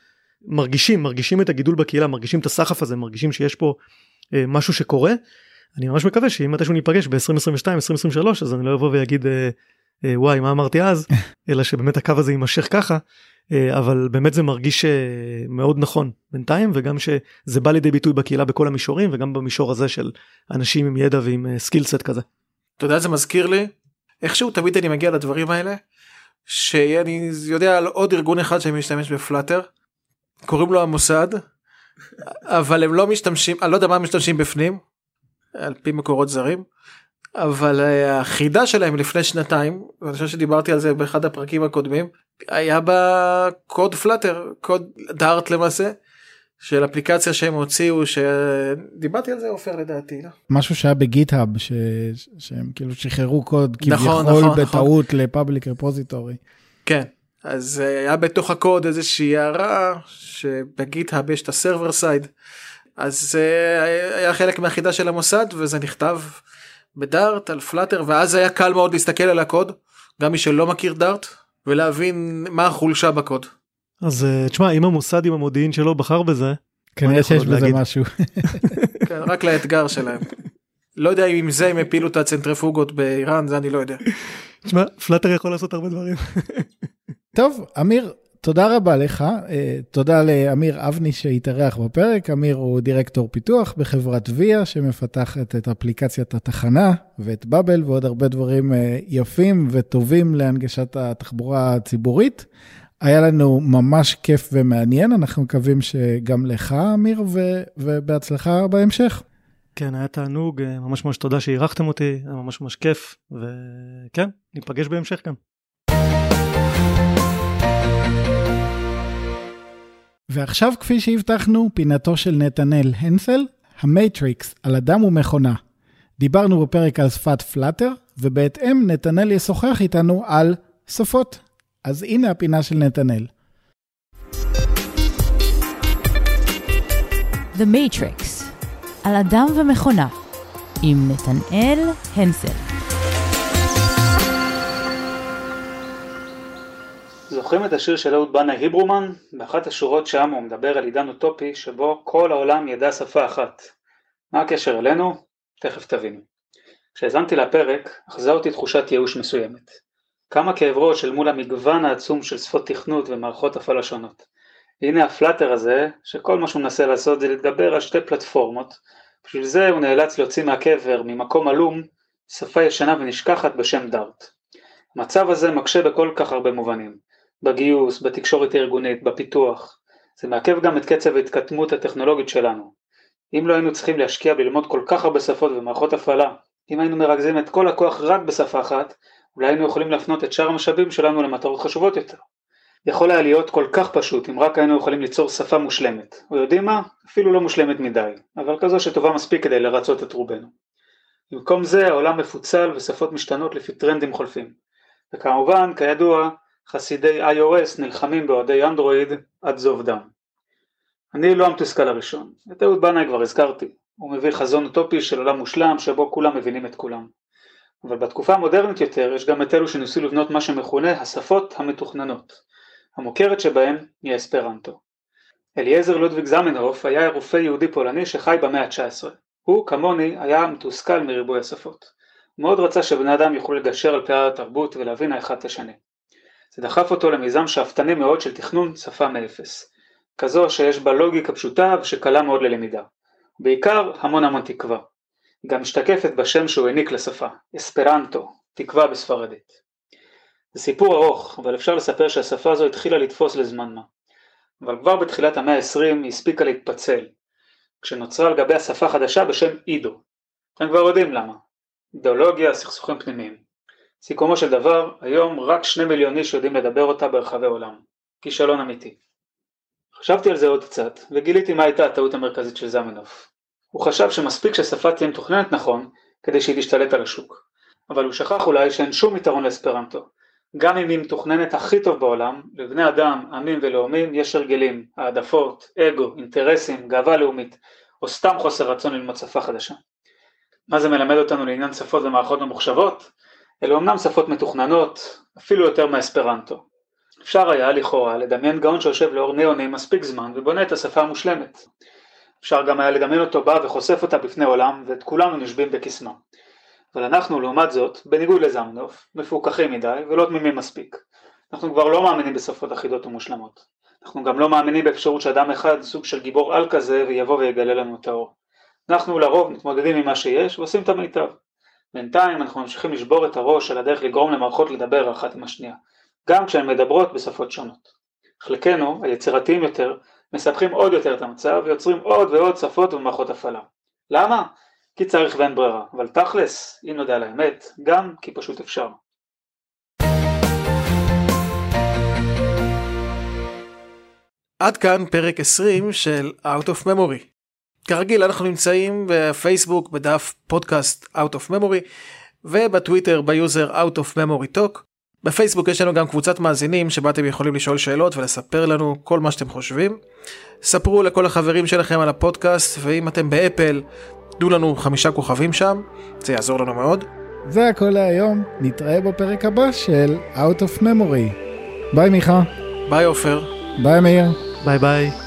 מרגישים את הגידול בקהילה, מרגישים את הסחף הזה, מרגישים שיש פה משהו שקורה. אני ממש מקווה שאם מתישהו ניפגש ב-2022, 2023, אז אני לא אבוא ויגיד, וואי, מה אמרתי אז, אלא שבאמת הקו הזה יימשך ככה, אבל באמת זה מרגיש מאוד נכון בינתיים, וגם שזה בא לידי ביטוי בקהילה בכל המישורים, וגם במישור הזה של אנשים עם ידע ועם סקילסט כזה. אתה יודע, זה מזכיר לי, איכשהו תמיד אני מגיע לדברים האלה, שאני יודע על עוד ארגון אחד שאני משתמש בפלאטר, קוראים לו המוסד, אבל הם לא משתמשים, אני לא יודע מה הם משתמשים בפנים, על פי מקורות זרים, אבל החידה שלהם לפני שנתיים, ואני חושב שדיברתי על זה באחד הפרקים הקודמים, היה בקוד פלאטר, קוד דארט למעשה, של אפליקציה שהם הוציאו, שדיברתי על זה עופר לדעתי, לא? משהו שהיה בגיט-האב, שהם כאילו שחררו קוד כביכול בטעות לפאבליק רפוזיטורי. כן, אז היה בתוך הקוד איזושהי הערה, שבגיט-האב יש את הסרבר סייד, אז זה היה חלק מהחידה של המוסד, וזה נכתב בדארט על פלאטר, ואז היה קל מאוד להסתכל על הקוד, גם מי שלא מכיר דארט, ולהבין מה החולשה בקוד. אז תשמע, אם המוסד עם המודיעין שלו בחר בזה, כנראה שיש בזה משהו. כן, רק לאתגר שלהם. לא יודע אם זה הם הפילו את הצנטריפוגות באיראן, זה אני לא יודע. תשמע, פלאטר יכול לעשות הרבה דברים. טוב, אמיר, תודה רבה לך. תודה לאמיר אבני שהתארח בפרק. אמיר הוא דירקטור פיתוח בחברת ויה, שמפתחת את אפליקציית התחנה ואת בבל, ועוד הרבה דברים יפים וטובים להנגשת התחבורה הציבורית. היה לנו ממש כיף ומעניין, אנחנו מקווים שגם לך, אמיר, ובהצלחה בהמשך. כן, היה תענוג, ממש ממש תודה שהירחתם אותי, היה ממש ממש כיף, וכן, ניפגש בהמשך גם. ועכשיו, כפי שהבטחנו, פינתו של נתנאל הנסל, המייטריקס על אדם ומכונה. דיברנו בפרק על שפת פלאטר, ובהתאם נתנאל ישוחח איתנו על שפות. אז הנה הפינה של נתנאל. The Matrix, על אדם ומכונה, עם נתנאל הנסל. זוכרים את השיר של אהוד בנאי היברומן? באחת השורות שם הוא מדבר על עידן אוטופי שבו כל העולם ידע שפה אחת. מה הקשר אלינו? תכף תבינו. כשהזנתי לפרק, אחזה אותי תחושת ייאוש מסוימת. כמה כאב ראש של מול המגוון העצום של שפות תכנות ומערכות הפעלה שונות. והנה הפלאטר הזה, שכל מה שהוא מנסה לעשות זה להתגבר על שתי פלטפורמות, בשביל זה הוא נאלץ להוציא מהקבר, ממקום עלום, שפה ישנה ונשכחת בשם דארט. המצב הזה מקשה בכל כך הרבה מובנים, בגיוס, בתקשורת הארגונית, בפיתוח. זה מעכב גם את קצב ההתקדמות הטכנולוגית שלנו. אם לא היינו צריכים להשקיע בללמוד כל כך הרבה שפות ומערכות הפעלה, אם היינו מרכזים את כל הכוח רק בשפה אחת, אולי היינו יכולים להפנות את שאר המשאבים שלנו למטרות חשובות יותר. יכול היה להיות כל כך פשוט אם רק היינו יכולים ליצור שפה מושלמת. ויודעים מה? אפילו לא מושלמת מדי, אבל כזו שטובה מספיק כדי לרצות את רובנו. במקום זה העולם מפוצל ושפות משתנות לפי טרנדים חולפים. וכמובן, כידוע, חסידי iOS נלחמים באוהדי אנדרואיד עד זוב דם. אני לא המתוסכל הראשון, את אהוד בנאי כבר הזכרתי. הוא מביא חזון אוטופי של עולם מושלם שבו כולם מבינים את כולם. אבל בתקופה המודרנית יותר יש גם את אלו שניסו לבנות מה שמכונה השפות המתוכננות. המוכרת שבהן היא אספרנטו. אליעזר לודוויג זמנהוף היה רופא יהודי פולני שחי במאה ה-19. הוא, כמוני, היה מתוסכל מריבוי השפות. הוא מאוד רצה שבני אדם יוכלו לגשר על פערי התרבות ולהבין האחד את השני. זה דחף אותו למיזם שאפתני מאוד של תכנון שפה מאפס. כזו שיש בה לוגיקה פשוטה ושקלה מאוד ללמידה. בעיקר המון תקווה. היא גם משתקפת בשם שהוא העניק לשפה, אספרנטו, תקווה בספרדית. זה סיפור ארוך, אבל אפשר לספר שהשפה הזו התחילה לתפוס לזמן מה. אבל כבר בתחילת המאה ה-20 היא הספיקה להתפצל, כשנוצרה על גבי השפה חדשה בשם אידו. אתם כבר יודעים למה. אידיאולוגיה, סכסוכים פנימיים. סיכומו של דבר, היום רק 2 מיליון איש יודעים לדבר אותה ברחבי עולם. כישלון אמיתי. חשבתי על זה עוד קצת, וגיליתי מה הייתה הטעות המרכזית של זמנהוף. הוא חשב שמספיק ששפה תהיה מתוכננת נכון, כדי שהיא תשתלט על השוק. אבל הוא שכח אולי שאין שום יתרון לאספרנטו. גם אם היא מתוכננת הכי טוב בעולם, לבני אדם, עמים ולאומים יש הרגלים, העדפות, אגו, אינטרסים, גאווה לאומית, או סתם חוסר רצון ללמוד שפה חדשה. מה זה מלמד אותנו לעניין שפות ומערכות ממוחשבות? אלו אמנם שפות מתוכננות, אפילו יותר מאספרנטו. אפשר היה לכאורה לדמיין גאון שיושב לאור ניאונים מספיק זמן ובונה את השפה המושלמת. אפשר גם היה לדמיין אותו בא וחושף אותה בפני עולם ואת כולנו נשבים בקסמה. אבל אנחנו לעומת זאת, בניגוד לזמנוף, מפוקחים מדי ולא תמימים מספיק. אנחנו כבר לא מאמינים בשפות אחידות ומושלמות. אנחנו גם לא מאמינים באפשרות שאדם אחד, סוג של גיבור על כזה, ויבוא ויגלה לנו את האור. אנחנו לרוב מתמודדים עם מה שיש ועושים את המיטב. בינתיים אנחנו ממשיכים לשבור את הראש על הדרך לגרום למערכות לדבר אחת עם השנייה, גם כשהן מדברות בשפות שונות. חלקנו, היצירתיים יותר, מסבכים עוד יותר את המצב ויוצרים עוד ועוד שפות ומערכות הפעלה. למה? כי צריך ואין ברירה, אבל תכלס, אם נודע לאמת, גם כי פשוט אפשר. עד כאן פרק 20 של Out of Memory. כרגיל אנחנו נמצאים בפייסבוק בדף פודקאסט Out of Memory ובטוויטר ביוזר Out of Memory Talk. בפייסבוק יש לנו גם קבוצת מאזינים שבה אתם יכולים לשאול שאלות ולספר לנו כל מה שאתם חושבים. ספרו לכל החברים שלכם על הפודקאסט, ואם אתם באפל תנו לנו 5 כוכבים שם, זה יעזור לנו מאוד. זה הכל להיום, נתראה בפרק הבא של Out of Memory. ביי מיכה. ביי עופר. ביי מאיר. ביי ביי.